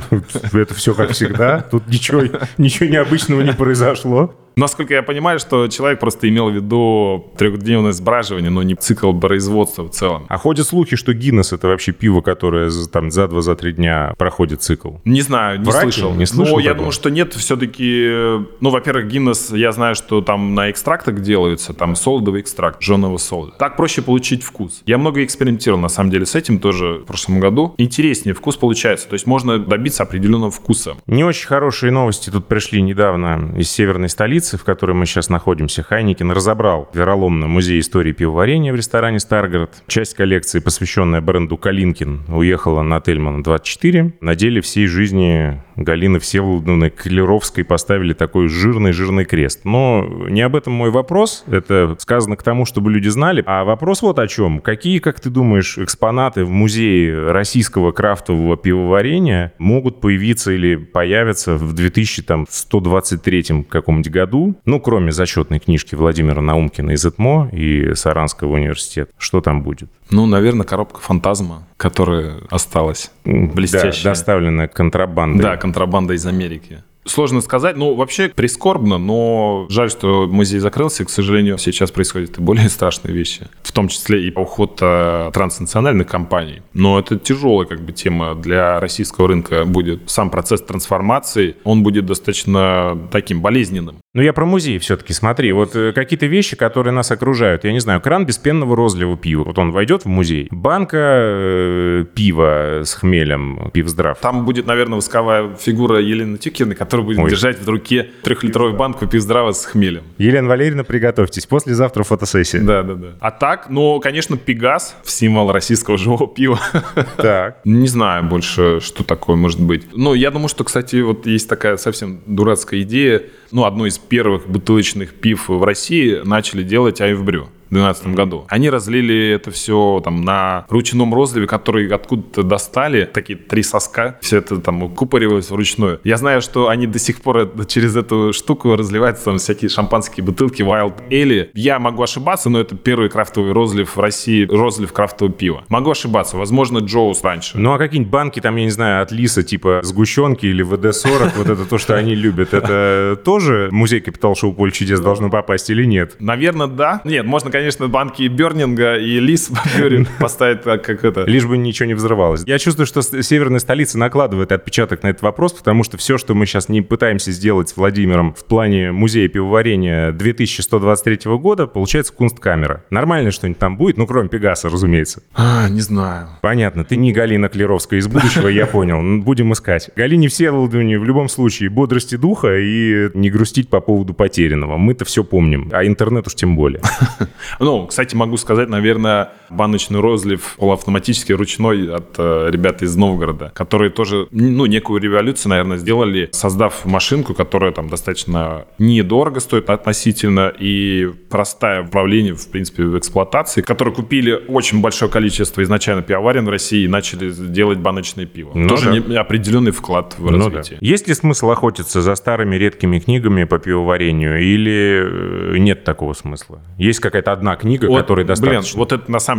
Это все как всегда. Тут ничего, ничего необычного не произошло. Насколько я понимаю, что человек просто имел в виду трехдневное сбраживание, но не цикл производства в целом. А ходят слухи, что Гиннес — это вообще пиво, которое там за два, за три дня проходит цикл. Не знаю, не Враки? слышал. Не слышал. Но я такого? думаю, что нет, все-таки... Ну, во-первых, Гиннес, я знаю, что там на экстрактах делаются, там солодовый экстракт, жженого солода. Так проще получить вкус. Я много экспериментировал, на самом деле, с этим тоже в прошлом году. Интереснее вкус получается, то есть можно добиться определенного вкуса. Не очень хорошие новости тут пришли недавно из северной столицы, в которой мы сейчас находимся. Хайникин разобрал вероломно музей истории пивоварения в ресторане «Старгород». Часть коллекции, посвященная бренду «Калинкин», уехала на Тельмана двадцать четыре. На деле всей жизни Галины Всеволодовны Клеровской поставили такой жирный-жирный крест. Но не об этом мой вопрос. Это сказано к тому, чтобы люди знали. А вопрос вот о чем. Какие, как ты думаешь, экспонаты в музее российского крафтового пивоварения могут появиться или появятся в две тысячи сто двадцать третьем каком-нибудь году? Ну, кроме зачетной книжки Владимира Наумкина из ЭТМО и Саранского университета. Что там будет? Ну, наверное, коробка «Фантазма», которая осталась блестящая. Да, доставленная контрабандой. Да, контрабанда из Америки. Сложно сказать, ну, вообще прискорбно, но жаль, что музей закрылся. К сожалению, сейчас происходят и более страшные вещи, в том числе и уход э, транснациональных компаний. Но это тяжелая как бы тема для российского рынка будет. Сам процесс трансформации, он будет достаточно таким болезненным. Ну, я про музей все-таки, смотри, вот э, какие-то вещи, которые нас окружают. Я не знаю, кран без пенного розлива пива. Вот он войдет в музей. Банка э, пива с хмелем, пивздрав. Там будет, наверное, восковая фигура Елены Тюкиной, которая который будет Ой. держать в руке трехлитровую банку пивздрава с хмелем. Елена Валерьевна, приготовьтесь. Послезавтра фотосессия. Да, да, да. А так, ну, конечно, Пегас, символ российского живого пива. Так. Не знаю больше, что такое может быть. Ну, я думаю, что, кстати, вот есть такая совсем дурацкая идея. Ну, одно из первых бутылочных пив в России начали делать АФ Брю. В две тысячи двенадцатом году. Они разлили это все там на ручном розливе, который откуда-то достали, такие три соска, все это там укупоривалось вручную. Я знаю, что они до сих пор через эту штуку разливаются там всякие шампанские бутылки, Wild Ale. Я могу ошибаться, но это первый крафтовый розлив в России, розлив крафтового пива. Могу ошибаться, возможно, Джоус раньше. Ну а какие-нибудь банки там, я не знаю, от Лиса, типа сгущенки или вэ дэ сорок, вот это то, что они любят, это тоже музей Капитал-шоу «Поле чудес» должно попасть или нет? Наверное, да. Нет, можно, конечно, Конечно, банки Бёрнинга и Лис поставить так, как это. Лишь бы ничего не взрывалось. Я чувствую, что северная столица накладывает отпечаток на этот вопрос, потому что все, что мы сейчас не пытаемся сделать с Владимиром в плане музея пивоварения две тысячи сто двадцать третьего года, получается кунсткамера. Нормально что-нибудь там будет? Ну, кроме Пегаса, разумеется. А, не знаю. Понятно. Ты не Галина Клеровская из будущего, я понял. Будем искать. Галине Всеволодовне в любом случае бодрости духа и не грустить по поводу потерянного. Мы-то все помним, а интернет уж тем более. Ну, кстати, могу сказать, наверное, баночный розлив полуавтоматический, ручной от э, ребят из Новгорода, которые тоже, ну, некую революцию, наверное, сделали, создав машинку, которая там достаточно недорого стоит относительно и простая в управлении, в принципе, в эксплуатации, которые купили очень большое количество изначально пивоварен в России и начали делать баночное пиво. Ну, тоже да. не, определенный вклад в ну, развитие. Да. Есть ли смысл охотиться за старыми редкими книгами по пивоварению или нет такого смысла? Есть какая-то одна книга, вот, которой достаточно. Блин, вот это на самом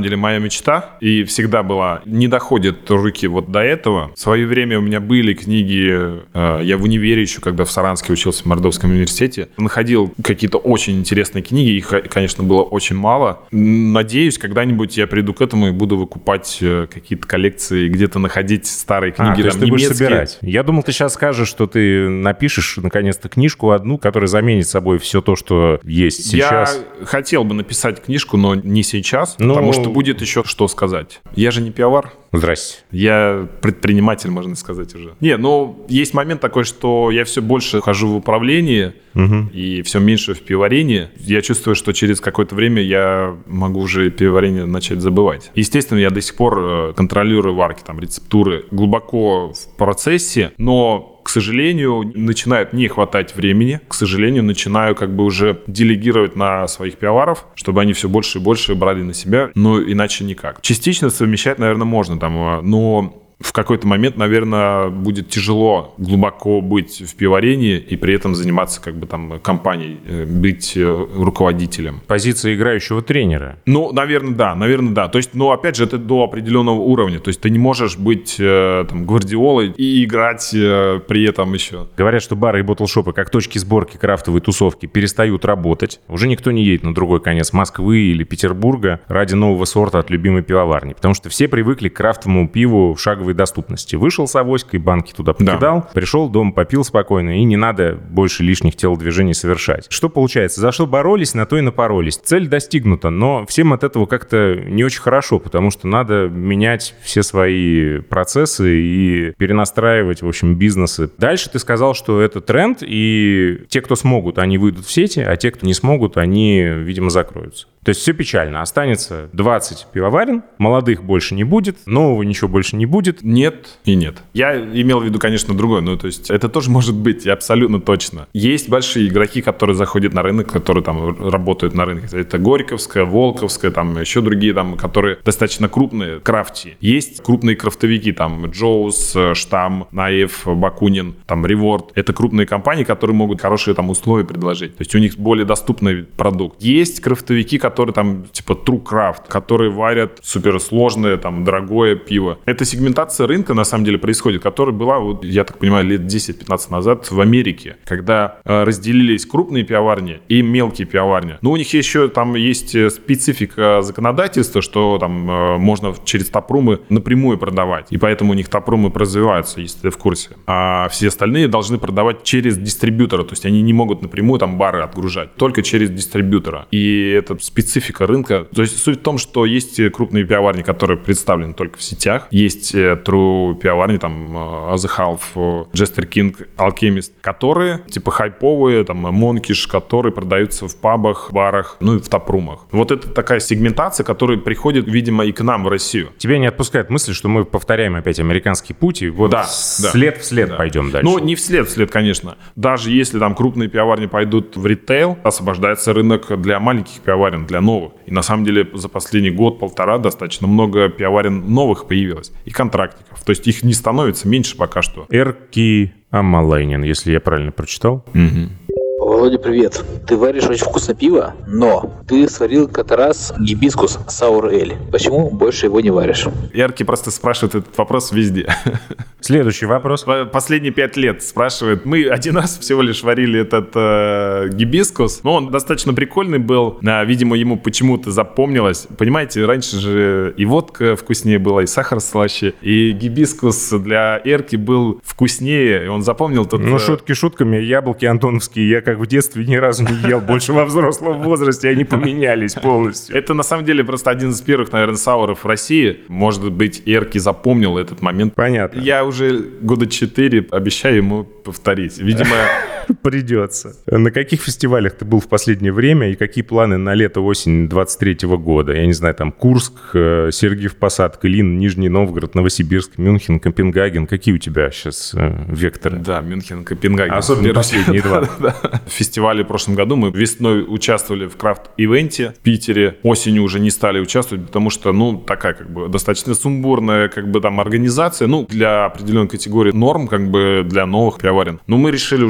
самом деле моя мечта, и всегда была, не доходит руки вот до этого. В свое время у меня были книги, э, я в универе еще, когда в Саранске учился в Мордовском университете, находил какие-то очень интересные книги, их, конечно, было очень мало. Надеюсь, когда-нибудь я приду к этому и буду выкупать э, какие-то коллекции, где-то находить старые книги, а, то есть там, ты немецкие. будешь собирать. Я думал, ты сейчас скажешь, что ты напишешь, наконец-то, книжку одну, которая заменит собой все то, что есть сейчас. Я хотел бы написать книжку, но не сейчас, ну... потому что будет еще что сказать. Я же не пивовар. Здрасте. Я предприниматель, можно сказать уже. Не, ну, есть момент такой, что я все больше хожу в управлении угу. и все меньше в пивоварении. Я чувствую, что через какое-то время я могу уже пивоварение начать забывать. Естественно, я до сих пор контролирую варки, там, рецептуры глубоко в процессе, но... К сожалению, начинает не хватать времени. К сожалению, начинаю как бы уже делегировать на своих пивоваров, чтобы они все больше и больше брали на себя. Но иначе никак. Частично совмещать, наверное, можно там, но... В какой-то момент, наверное, будет тяжело глубоко быть в пивоварении и при этом заниматься как бы там компанией, быть руководителем. Позиция играющего тренера. Ну, наверное, да, наверное, да. То есть, ну, опять же, это до определенного уровня. То есть ты не можешь быть там Гвардиолой и играть при этом еще. Говорят, что бары и ботлшопы, как точки сборки крафтовой тусовки, перестают работать. Уже никто не едет на другой конец Москвы или Петербурга ради нового сорта от любимой пивоварни. Потому что все привыкли к крафтовому пиву в шаговой доступности. Вышел с авоськой, банки туда покидал, да. Пришел, дома попил спокойно, и не надо больше лишних телодвижений совершать. Что получается? За что боролись, на то и напоролись. Цель достигнута, но всем от этого как-то не очень хорошо, потому что надо менять все свои процессы и перенастраивать, в общем, бизнесы. Дальше ты сказал, что это тренд, и те, кто смогут, они выйдут в сети, а те, кто не смогут, они, видимо, закроются. То есть все печально. Останется двадцать пивоварен, молодых больше не будет, нового ничего больше не будет. Нет и нет. Я имел в виду, конечно, другое. Ну, то есть это тоже может быть, абсолютно точно. Есть большие игроки, которые заходят на рынок, которые там работают на рынке. Это Горьковская, Волковская, там еще другие, там, которые достаточно крупные, крафти. Есть крупные крафтовики, там, Джоус, Штамм, Наев, Бакунин, там, Реворд. Это крупные компании, которые могут хорошие там условия предложить. То есть у них более доступный продукт. Есть крафтовики, которые которые там, типа, True Craft, которые варят суперсложное, там, дорогое пиво. Эта сегментация рынка, на самом деле, происходит, которая была, вот, я так понимаю, лет десять-пятнадцать назад в Америке, когда э, разделились крупные пивоварни и мелкие пивоварни. Но у них еще там есть специфика законодательства, что там э, можно через тапрумы напрямую продавать. И поэтому у них тапрумы развиваются, если ты в курсе. А все остальные должны продавать через дистрибьютора. То есть они не могут напрямую там бары отгружать, только через дистрибьютора. И это специфика специфика рынка. То есть суть в том, что есть крупные пивоварни, которые представлены только в сетях. Есть true пивоварни, там, As a Half, Jester King, Alchemist, которые, типа, хайповые, там, Monkish, которые продаются в пабах, барах, ну и в тапрумах. Вот это такая сегментация, которая приходит, видимо, и к нам в Россию. Тебя не отпускает мысль, что мы повторяем опять американский путь, и вот да, след да, вслед да. пойдем дальше. Ну, не вслед вслед, конечно. Даже если там крупные пивоварни пойдут в ритейл, освобождается рынок для маленьких пивоварен, для новых. И на самом деле за последний год-полтора достаточно много пивоварен новых появилось. И контрактников. То есть их не становится меньше пока что. Эрки Амалайнин, если я правильно прочитал. Угу. Володя, привет. Ты варишь очень вкусное пиво, но ты сварил как-то раз гибискус саур эль. Почему больше его не варишь? Яркий просто спрашивает этот вопрос везде. Следующий вопрос. Последние пять лет спрашивает. Мы один раз всего лишь варили этот э, гибискус, но он достаточно прикольный был. А, видимо, ему почему-то запомнилось. Понимаете, раньше же и водка вкуснее была, и сахар слаще, и гибискус для Эрки был вкуснее. И он запомнил тот... Ну, шутки шутками. Яблоки антоновские я как в детстве ни разу не ел. Больше во взрослом возрасте они поменялись полностью. Это на самом деле просто один из первых, наверное, сауров в России. Может быть, Эрки запомнил этот момент. Понятно. Я уже года четыре обещаю ему повторить. Видимо... Придется. На каких фестивалях ты был в последнее время и какие планы на лето-осень двадцать третьего года? Я не знаю, там Курск, Сергиев Посад, Клин, Нижний Новгород, Новосибирск, Мюнхен, Копенгаген. Какие у тебя сейчас э, векторы? Да, Мюнхен, Копенгаген. Особенно последние два. В фестивале в прошлом году мы весной участвовали в крафт-ивенте в Питере. Осенью уже не стали участвовать, потому что, ну, такая как бы достаточно сумбурная как бы там организация. Ну, для определенной категории норм, как бы для новых пивоварен. Но мы решили уже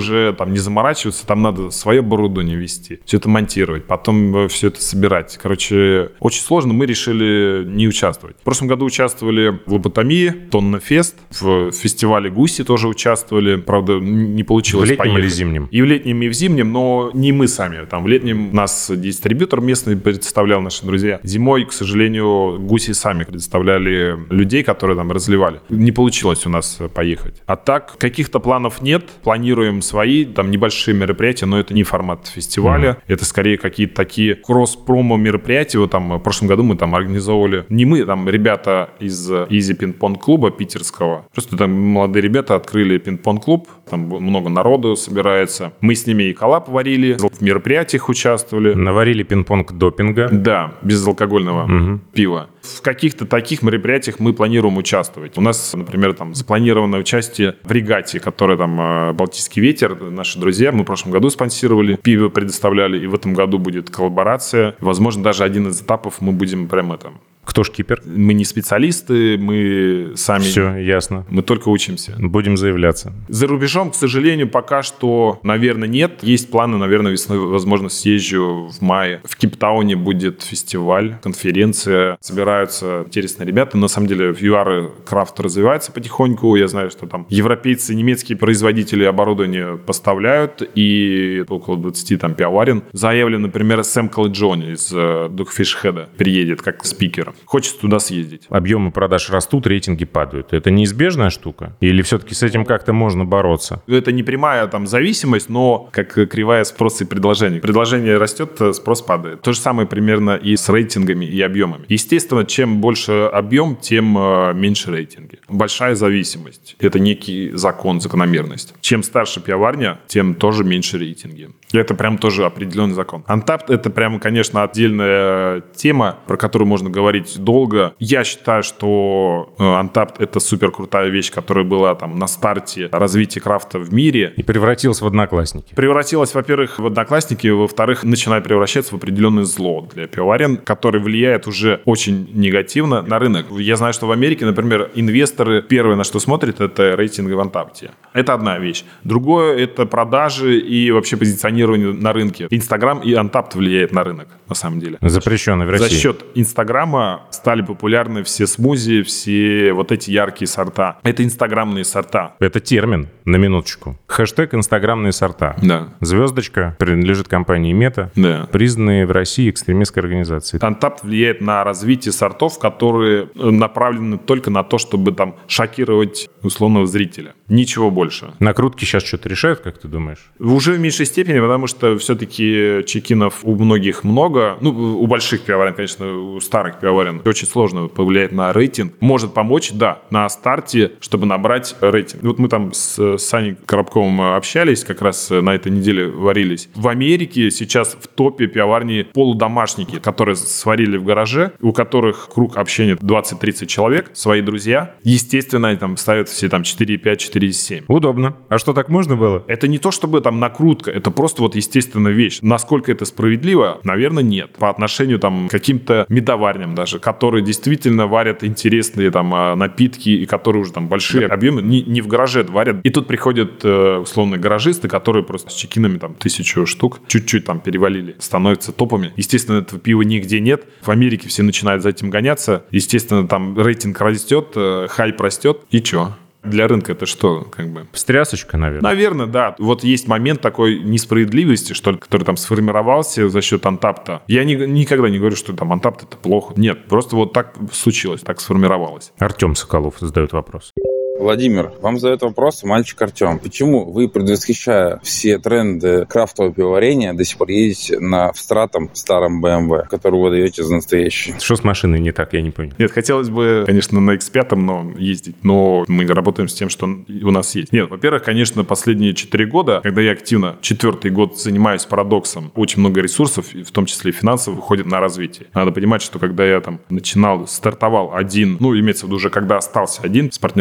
там не заморачиваться, там надо свое оборудование вести, все это монтировать, потом все это собирать. Короче, очень сложно, мы решили не участвовать. В прошлом году участвовали в лоботомии, Тоннофест, в фестивале «Гуси» тоже участвовали, правда, не получилось поехать. В летнем поехать. или зимнем? И в летнем, и в зимнем, но не мы сами. Там в летнем нас дистрибьютор местный представлял, наши друзья. Зимой, к сожалению, «Гуси» сами представляли людей, которые там разливали. Не получилось у нас поехать. А так, каких-то планов нет. Планируем свои, там, небольшие мероприятия, но это не формат фестиваля. Mm. Это скорее какие-то такие кросс-промо мероприятия. Вот там в прошлом году мы там организовывали, не мы, там ребята из Изи пинг-понг-клуба питерского. Просто там молодые ребята открыли пинг-понг-клуб. Там много народу собирается. Мы с ними и коллаб варили, в мероприятиях участвовали. Наварили пинг-понг допинга. Да, безалкогольного угу. пива. В каких-то таких мероприятиях мы планируем участвовать. У нас, например, там запланировано участие в регате, которая там «Балтийский ветер». Наши друзья, мы в прошлом году спонсировали, пиво предоставляли, и в этом году будет коллаборация. Возможно, даже один из этапов мы будем прямо там. Кто шкипер? Мы не специалисты, мы сами... Все, ясно. Мы только учимся. Будем заявляться. За рубежом, к сожалению, пока что, наверное, нет. Есть планы, наверное, весной, возможно, съезжу в мае. В Кейптауне будет фестиваль, конференция. Собираются интересные ребята. На самом деле, в ю ар крафт развивается потихоньку. Я знаю, что там европейцы, немецкие производители оборудования поставляют. И около двадцати там пивоварен. Заявлен, например, Сэм Каледжони из Dogfish Head приедет как спикер. Хочется туда съездить. Объемы продаж растут, рейтинги падают. Это неизбежная штука? Или все-таки с этим как-то можно бороться? Это не прямая там зависимость, но как кривая спроса и предложения. Предложение растет, спрос падает. То же самое примерно и с рейтингами и объемами. Естественно, чем больше объем, тем меньше рейтинги. Большая зависимость. Это некий закон, закономерность. Чем старше пивоварня, тем тоже меньше рейтинги. Это прям тоже определенный закон. Untappd — это прям, конечно, отдельная тема, про которую можно говорить долго. Я считаю, что Untappd — это супер крутая вещь, которая была там на старте развития крафта в мире. И превратилась в Одноклассники. Превратилась, во-первых, в Одноклассники, во-вторых, начинает превращаться в определенное зло для пивоварен, которое влияет уже очень негативно на рынок. Я знаю, что в Америке, например, инвесторы первое, на что смотрят, это рейтинги в Untappd. Это одна вещь. Другое — это продажи и вообще позиционирование на рынке. Инстаграм и Untappd влияет на рынок, на самом деле. Запрещенный в России. За счет Инстаграма стали популярны все смузи, все вот эти яркие сорта. Это инстаграмные сорта. Это термин, на минуточку. Хэштег «инстаграмные сорта». Да. Звездочка принадлежит компании Мета, да. признанной в России экстремистской организацией. Untappd влияет на развитие сортов, которые направлены только на то, чтобы там шокировать условного зрителя. Ничего больше. Накрутки сейчас что-то решают, как ты думаешь? Уже в меньшей степени, потому что все-таки чекинов у многих много. Ну, у больших пивоварен, конечно, у старых пивоварен очень сложно повлиять на рейтинг. Может помочь, да, на старте, чтобы набрать рейтинг. Вот мы там с Саней Коробковым общались, как раз на этой неделе варились. В Америке сейчас в топе пивоварни полудомашники, которые сварили в гараже, у которых круг общения двадцать-тридцать человек, свои друзья. Естественно, они там ставят все там четыре и пять, четыре и семь. Удобно. А что, так можно было? Это не то, чтобы там накрутка, это просто вот естественная вещь. Насколько это справедливо? Наверное, нет. По отношению там к каким-то медоварням даже, которые действительно варят интересные там напитки, и которые уже там большие объемы, не, не в гараже варят. И тут приходят условно гаражисты, которые просто с чекинами там тысячу штук чуть-чуть там перевалили, становятся топами. Естественно, этого пива нигде нет. В Америке все начинают за этим гоняться. Естественно, там рейтинг растет, хайп растет. И чё? Для рынка это что, как бы? Встрясочка, наверное. Наверное, да. Вот есть момент такой несправедливости, что ли, который там сформировался за счет Untappd. Я ни, никогда не говорю, что там Untappd это плохо. Нет, просто вот так случилось, так сформировалось. Артем Соколов задает вопрос. Владимир, вам задает вопрос мальчик Артем. Почему вы, предвосхищая все тренды крафтового пивоварения, до сих пор едете на встратом старом бэ эм вэ, который вы даете за настоящий? Что с машиной не так, я не понял. Нет, хотелось бы, конечно, на икс пять но ездить, но мы работаем с тем, что у нас есть. Нет, во-первых, конечно, последние четыре года, когда я активно четвертый год занимаюсь парадоксом, очень много ресурсов, в том числе и финансов, выходит на развитие. Надо понимать, что когда я там начинал, стартовал один, ну, имеется в виду уже, когда остался один с партнером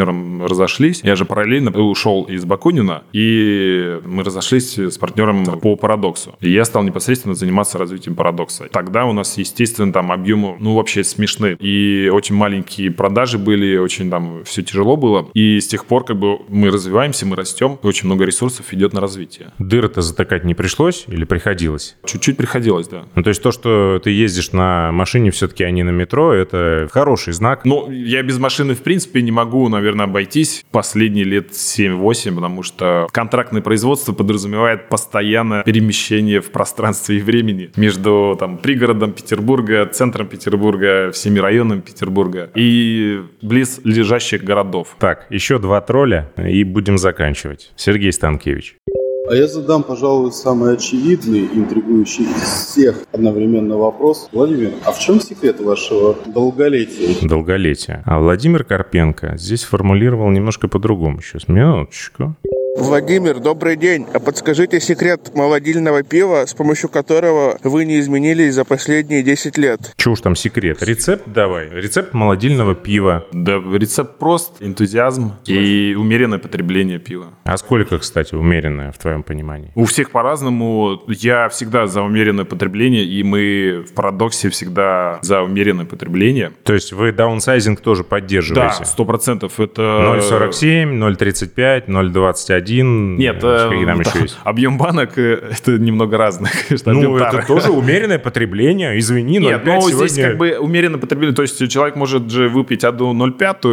разошлись. Я же параллельно ушел из Бакунина, и мы разошлись с партнером по Парадоксу. И я стал непосредственно заниматься развитием Парадокса. Тогда у нас, естественно, там объемы, ну, вообще смешные. И очень маленькие продажи были, очень там все тяжело было. И с тех пор как бы мы развиваемся, мы растем, и очень много ресурсов идет на развитие. Дыры-то затыкать не пришлось или приходилось? Чуть-чуть приходилось, да. Ну, то есть то, что ты ездишь на машине все-таки, а не на метро, это хороший знак. Ну, я без машины, в принципе, не могу, наверное, обойтись последние лет семь-восемь, потому что контрактное производство подразумевает постоянное перемещение в пространстве и времени между там пригородом Петербурга, центром Петербурга, всеми районами Петербурга и близ лежащих городов. Так, еще два тролля и будем заканчивать. Сергей Станкевич. А я задам, пожалуй, самый очевидный, интригующий из всех одновременно вопрос. Владимир, а в чем секрет вашего долголетия? Долголетия. А Владимир Карпенко здесь формулировал немножко по-другому. Сейчас, минуточку. Владимир, добрый день. А подскажите секрет молодильного пива, с помощью которого вы не изменились за последние десять лет? Чего уж там секрет? Рецепт давай. Рецепт молодильного пива. Да, рецепт прост. Энтузиазм и умеренное потребление пива. А сколько, кстати, умеренное в твоем понимании? У всех по-разному. Я всегда за умеренное потребление, и мы в Парадоксе всегда за умеренное потребление. То есть вы даунсайзинг тоже поддерживаете? Да, сто процентов. Это... ноль сорок семь, ноль тридцать пять, ноль двадцать один. Нет, какие там еще есть? Объем банок — это немного разных. Ну, это тоже умеренное потребление. Извини, ноль пять Нет, но сегодня... здесь как бы умеренное потребление. То есть человек может же выпить одну ноль пять,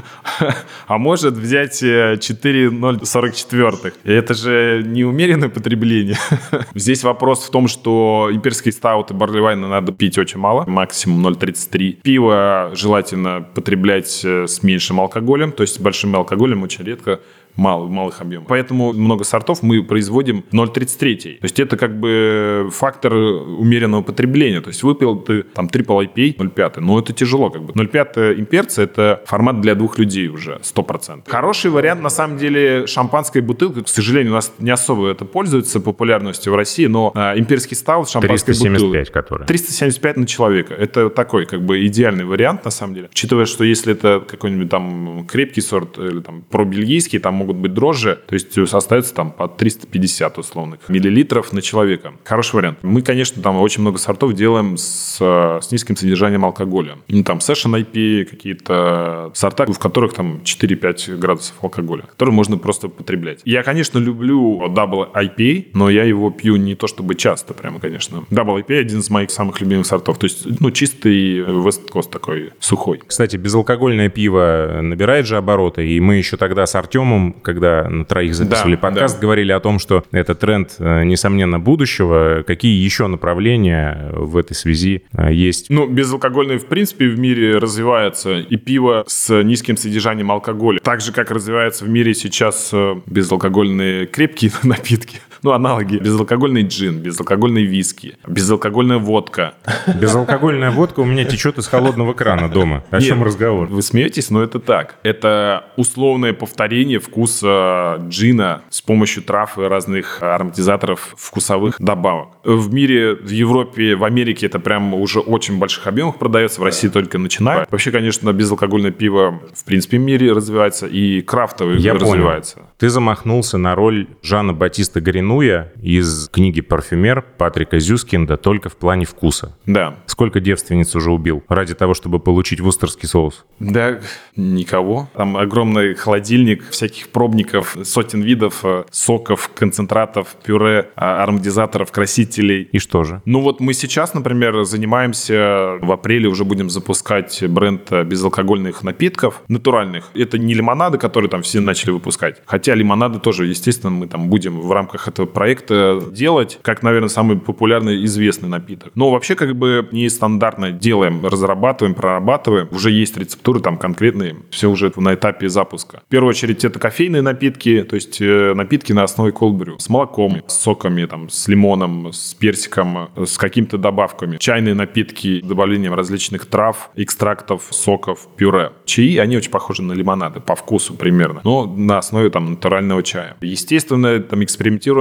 а может взять четыре ноль сорок четыре. И это же не умеренное потребление. Здесь вопрос в том, что имперский стаут и барли вайна надо пить очень мало, максимум ноль тридцать три. Пиво желательно потреблять с меньшим алкоголем, то есть с большим алкоголем очень редко. Мало, в малых объемах. Поэтому много сортов мы производим ноль тридцать три. То есть это как бы фактор умеренного потребления. То есть выпил ты там трипл ай пи эй ноль пять, но это тяжело как бы. ноль пять имперца — это формат для двух людей уже, сто процентов. Хороший вариант, на самом деле, шампанская бутылка. К сожалению, у нас не особо это пользуется популярностью в России, но а, имперский стаут, шампанская триста семьдесят пять, бутылка. который. триста семьдесят пять на человека. Это такой как бы идеальный вариант, на самом деле. Учитывая, что если это какой-нибудь там крепкий сорт или там пробельгийский, там могут быть дрожжи, то есть остается там по триста пятьдесят условных миллилитров на человека. Хороший вариант. Мы, конечно, там очень много сортов делаем с, с низким содержанием алкоголя. Ну, там Session ай пи эй, какие-то сорта, в которых там четыре-пять градусов алкоголя, которые можно просто потреблять. Я, конечно, люблю Double ай пи эй, но я его пью не то чтобы часто, прямо, конечно. Double ай пи эй один из моих самых любимых сортов. То есть, ну, чистый West Coast такой, сухой. Кстати, безалкогольное пиво набирает же обороты, и мы еще тогда с Артемом, когда на троих записывали да, подкаст, да. говорили о том, что это тренд, несомненно, будущего. Какие еще направления в этой связи есть? Ну, безалкогольное, в принципе, в мире развивается. И пиво с низким содержанием алкоголя. Так же, как развивается в мире сейчас безалкогольные крепкие напитки. Ну, аналоги. Безалкогольный джин, безалкогольный виски, безалкогольная водка. Безалкогольная водка у меня течет из холодного крана дома. О Нет, чем разговор? Вы смеетесь, но это так. Это условное повторение вкуса джина с помощью трав и разных ароматизаторов, вкусовых добавок. В мире, в Европе, в Америке это прям уже очень больших объемах продается. В России только начинает. Вообще, конечно, безалкогольное пиво в принципе в мире развивается. И крафтовое Я развивается. Понял. Ты замахнулся на роль Жана Батиста Гринуя из книги «Парфюмер» Патрика Зюскинда только в плане вкуса. Да. Сколько девственниц уже убил ради того, чтобы получить вустерский соус? Да, никого. Там огромный холодильник всяких пробников, сотен видов соков, концентратов, пюре, ароматизаторов, красителей. И что же? Ну вот мы сейчас, например, занимаемся, в апреле уже будем запускать бренд безалкогольных напитков натуральных. Это не лимонады, которые там все начали выпускать. Хотя лимонады тоже, естественно, мы там будем в рамках этого проекта делать, как, наверное, самый популярный известный напиток. Но вообще как бы нестандартно делаем, разрабатываем, прорабатываем. Уже есть рецептуры там конкретные, все уже на этапе запуска. В первую очередь это кофейные напитки, то есть напитки на основе cold brew, с молоком, с соками, там, с лимоном, с персиком, с какими-то добавками. Чайные напитки с добавлением различных трав, экстрактов, соков, пюре. Чаи, они очень похожи на лимонады по вкусу примерно, но на основе там натурального чая. Естественно, там экспериментируем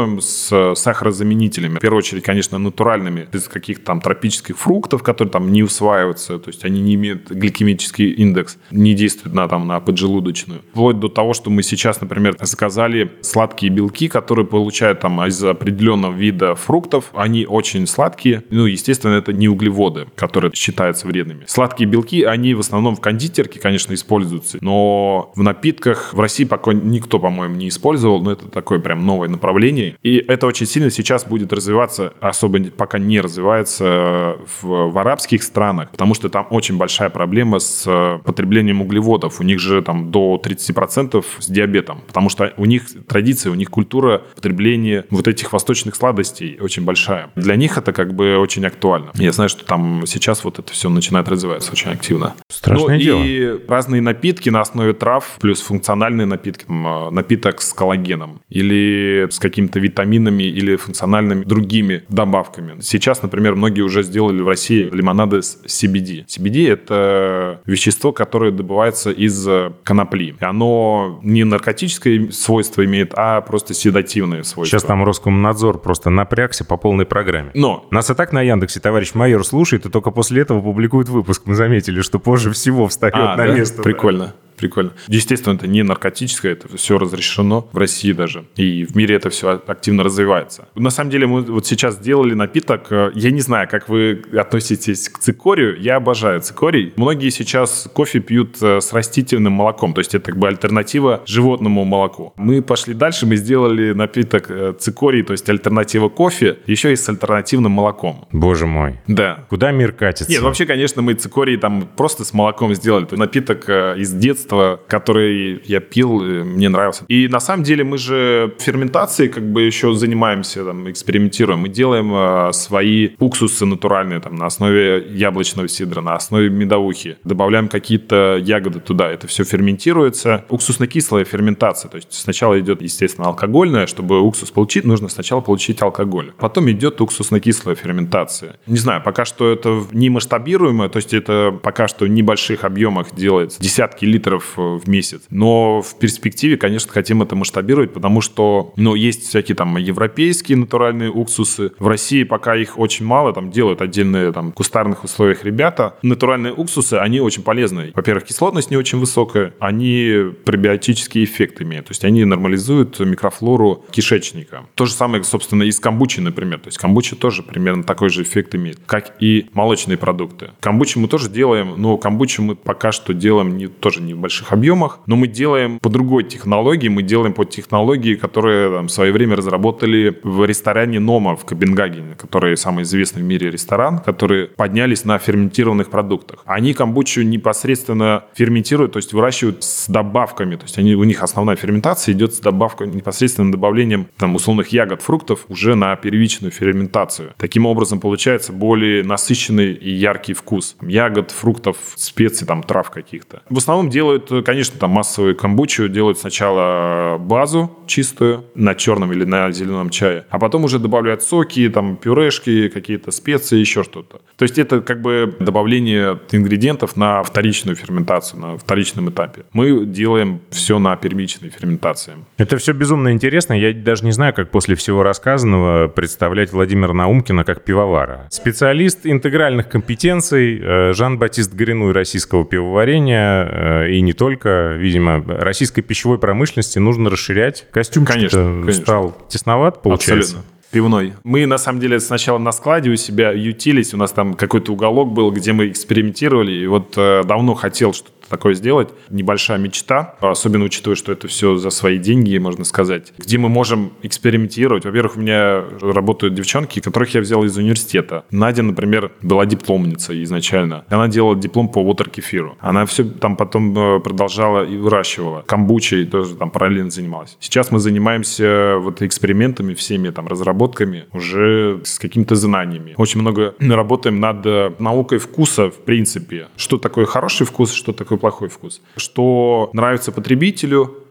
экспериментируем с сахарозаменителями. В первую очередь, конечно, натуральными, из каких-то там тропических фруктов, которые там не усваиваются, то есть они не имеют гликемический индекс, не действуют на, там, на поджелудочную. Вплоть до того, что мы сейчас, например, заказали сладкие белки, которые получают там из определенного вида фруктов. Они очень сладкие. Ну, естественно, это не углеводы, которые считаются вредными. Сладкие белки, они в основном в кондитерке, конечно, используются, но в напитках в России пока никто, по-моему, не использовал, но это такое прям новое направление. И это очень сильно сейчас будет развиваться, особо пока не развивается в, в арабских странах, потому что там очень большая проблема с потреблением углеводов. У них же там до тридцать процентов с диабетом, потому что у них традиция, у них культура потребления вот этих восточных сладостей очень большая. Для них это как бы очень актуально. Я знаю, что там сейчас вот это все начинает развиваться очень активно. Страшное ну, дело. И разные напитки на основе трав, плюс функциональные напитки, там, напиток с коллагеном или с какими-то витаминами или функциональными другими добавками. Сейчас, например, многие уже сделали в России лимонады с си би ди. си би ди – это вещество, которое добывается из конопли. И оно не наркотическое свойство имеет, а просто седативное свойство. Сейчас там Роскомнадзор просто напрягся по полной программе. Но нас и так на Яндексе товарищ майор слушает, и только после этого публикует выпуск. Мы заметили, что позже всего встает а, на да? место. Прикольно. Прикольно. Естественно, это не наркотическое, это все разрешено в России даже. И в мире это все активно развивается. На самом деле, мы вот сейчас сделали напиток. Я не знаю, как вы относитесь к цикорию. Я обожаю цикорий. Многие сейчас кофе пьют с растительным молоком. То есть это как бы альтернатива животному молоку. Мы пошли дальше, мы сделали напиток цикорий, то есть альтернатива кофе, еще и с альтернативным молоком. Боже мой. Да. Куда мир катится? Нет, вообще, конечно, мы цикорий там просто с молоком сделали. То есть напиток из детства, который я пил, мне нравился. И на самом деле мы же ферментацией как бы еще занимаемся, там, экспериментируем. Мы делаем э, свои уксусы натуральные там, на основе яблочного сидра, на основе медовухи. Добавляем какие-то ягоды туда. Это все ферментируется. Уксусно-кислая ферментация. То есть сначала идет, естественно, алкогольная. Чтобы уксус получить, нужно сначала получить алкоголь. Потом идет уксусно-кислая ферментация. Не знаю, пока что это не масштабируемо. То есть это пока что в небольших объемах делается. Десятки литров в месяц. Но в перспективе, конечно, хотим это масштабировать, потому что, ну, есть всякие там европейские натуральные уксусы. В России пока их очень мало, там делают отдельные там в кустарных условиях ребята. Натуральные уксусы, они очень полезны. Во-первых, кислотность не очень высокая, они пробиотический эффект имеют, то есть они нормализуют микрофлору кишечника. То же самое, собственно, и с камбучей, например. То есть камбуча тоже примерно такой же эффект имеет, как и молочные продукты. Камбучу мы тоже делаем, но камбучу мы пока что делаем не, тоже не в больших объемах, но мы делаем по другой технологии, мы делаем по технологии, которые там, в свое время разработали в ресторане Нома в Копенгагене, который самый известный в мире ресторан, которые поднялись на ферментированных продуктах. Они камбучу непосредственно ферментируют, то есть выращивают с добавками, то есть они, у них основная ферментация идет с добавкой, непосредственным добавлением там, условных ягод, фруктов уже на первичную ферментацию. Таким образом получается более насыщенный и яркий вкус ягод, фруктов, специй, там, трав каких-то. В основном делают, конечно, там массовую камбучу, делают сначала базу чистую на черном или на зеленом чае, а потом уже добавляют соки, там, пюрешки, какие-то специи, еще что-то. То есть это как бы добавление ингредиентов на вторичную ферментацию, на вторичном этапе. Мы делаем все на первичной ферментации. Это все безумно интересно. Я даже не знаю, как после всего рассказанного представлять Владимира Наумкина как пивовара. Специалист интегральных компетенций, Жан-Батист Горинуй российского пивоварения и не только. Видимо, российской пищевой промышленности нужно расширять. Костюмчик стал тесноват, получается. Абсолютно. Пивной. Мы, на самом деле, сначала на складе у себя ютились. У нас там какой-то уголок был, где мы экспериментировали. И вот э, давно хотел что-то такое сделать. Небольшая мечта, особенно учитывая, что это все за свои деньги, можно сказать. Где мы можем экспериментировать. Во-первых, у меня работают девчонки, которых я взял из университета. Надя, например, была дипломница изначально. Она делала диплом по вотер-кефиру. Она все там потом продолжала и выращивала. Камбучей тоже там параллельно занималась. Сейчас мы занимаемся вот экспериментами, всеми там разработками уже с какими-то знаниями. Очень много работаем над наукой вкуса, в принципе. Что такое хороший вкус, что такое плохой вкус. Что нравится потребителю,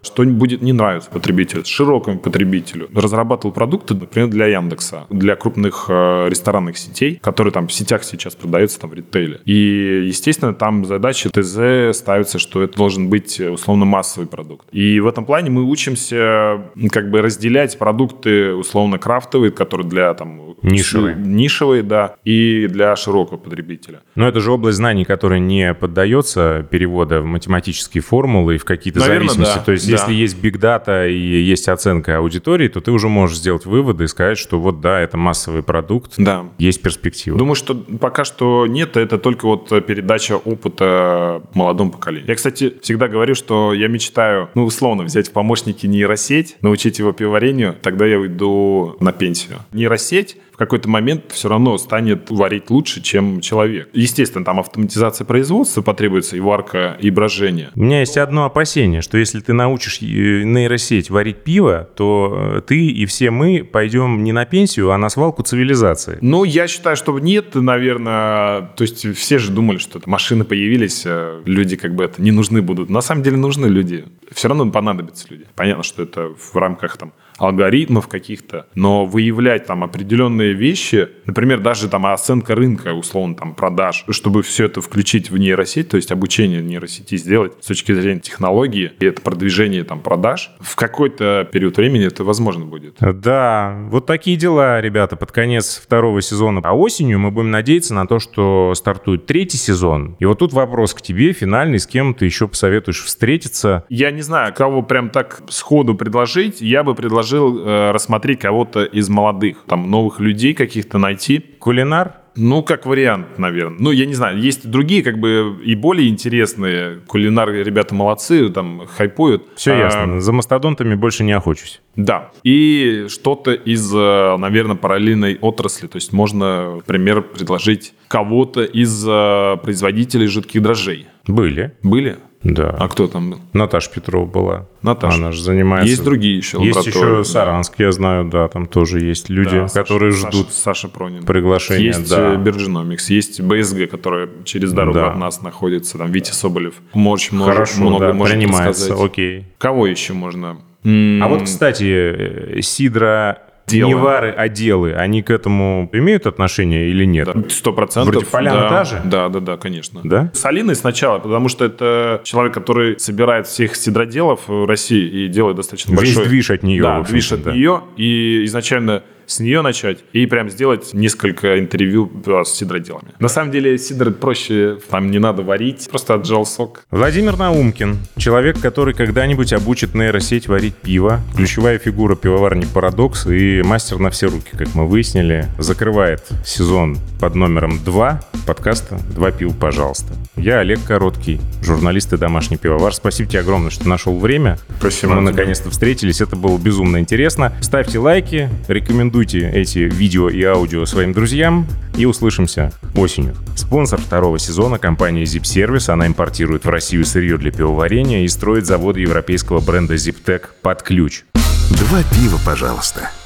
что будет не нравиться потребителю, широкому потребителю. Разрабатывал продукты, например, для Яндекса, для крупных э, ресторанных сетей, которые там в сетях сейчас продаются там в ритейле. И, естественно, там задача ТЗ ставится, что это должен быть условно массовый продукт. И в этом плане мы учимся как бы разделять продукты условно крафтовые, которые для там нишевые, нишевые, да, и для широкого потребителя. Но это же область знаний, которая не поддается перевода в математические формулы и в какие-то Наверное, зависимости. да, То есть, да. если есть big data и есть оценка аудитории, то ты уже можешь сделать выводы и сказать, что вот да, это массовый продукт, да. Есть перспектива. Думаю, что пока что нет, это только вот передача опыта молодому поколению. Я, кстати, всегда говорю, что я мечтаю, ну, условно, взять в помощники нейросеть, научить его пивоварению, тогда я уйду на пенсию. Нейросеть в какой-то момент все равно станет варить лучше, чем человек. Естественно, там автоматизация производства потребуется, и варка, и брожение. У меня есть одно опасение, что если ты научишь нейросеть варить пиво, то ты и все мы пойдем не на пенсию, а на свалку цивилизации. Ну, я считаю, что нет, наверное. То есть все же думали, что машины появились, люди как бы это не нужны будут. На самом деле нужны люди. Все равно понадобятся люди. Понятно, что это в рамках там алгоритмов каких-то, но выявлять там определенные вещи, например, даже там оценка рынка, условно, там продаж, чтобы все это включить в нейросеть, то есть обучение нейросети сделать с точки зрения технологии, и это продвижение там продаж, в какой-то период времени это возможно будет. Да, вот такие дела, ребята, под конец второго сезона. А осенью мы будем надеяться на то, что стартует третий сезон. И вот тут вопрос к тебе, финальный, с кем ты еще посоветуешь встретиться? Я не знаю, кого прям так сходу предложить, я бы предложил э, рассмотреть кого-то из молодых, там, новых людей каких-то найти. Кулинар? Ну, как вариант, наверное. Ну, я не знаю, есть другие, как бы, и более интересные. Кулинары, ребята молодцы, там, хайпуют. Все а, ясно, за мастодонтами больше не охочусь. Да. И что-то из, наверное, параллельной отрасли. То есть можно, например, предложить кого-то из производителей жидких дрожжей. Были. Были? Да. А кто там был? Наташа Петрова была. Наташа. Она же занимается... Есть другие еще Есть лаборатории. еще Саранск, я знаю, да, там тоже есть люди, Да, которые Саша, ждут Саша, Саша Пронин. приглашения. Есть да. Бирджиномикс, есть БСГ, которая через дорогу Да. от нас находится, там Витя Соболев. Очень много, Хорошо, много да, может принимается, рассказать. окей. Кого еще можно? А вот, кстати, Сидра... Дело. Не вары, а делы, они к этому имеют отношение или нет? Сто процентов. Вроде поляна да, та же? Да, да, да, конечно. Да? С Алиной сначала, потому что это человек, который собирает всех сидроделов в России и делает достаточно Весь большой... движ от нее. Да, движ от да. нее. И изначально с нее начать и прям сделать несколько интервью с сидроделами. На самом деле сидр проще, там не надо варить, просто отжал сок. Владимир Наумкин, человек, который когда-нибудь обучит нейросеть варить пиво, ключевая фигура пивоварни «Парадокс» и мастер на все руки, как мы выяснили, закрывает сезон под номером два подкаста «Два пива, пожалуйста». Я Олег Короткий, журналист и домашний пивовар. Спасибо тебе огромное, что нашел время. Спасибо. Мы наконец-то встретились, это было безумно интересно. Ставьте лайки, рекомендуйте эти видео и аудио своим друзьям и услышимся осенью. Спонсор второго сезона — компания Zip Service. Она импортирует в Россию сырье для пивоварения и строит заводы европейского бренда ZipTech под ключ. Два пива, пожалуйста.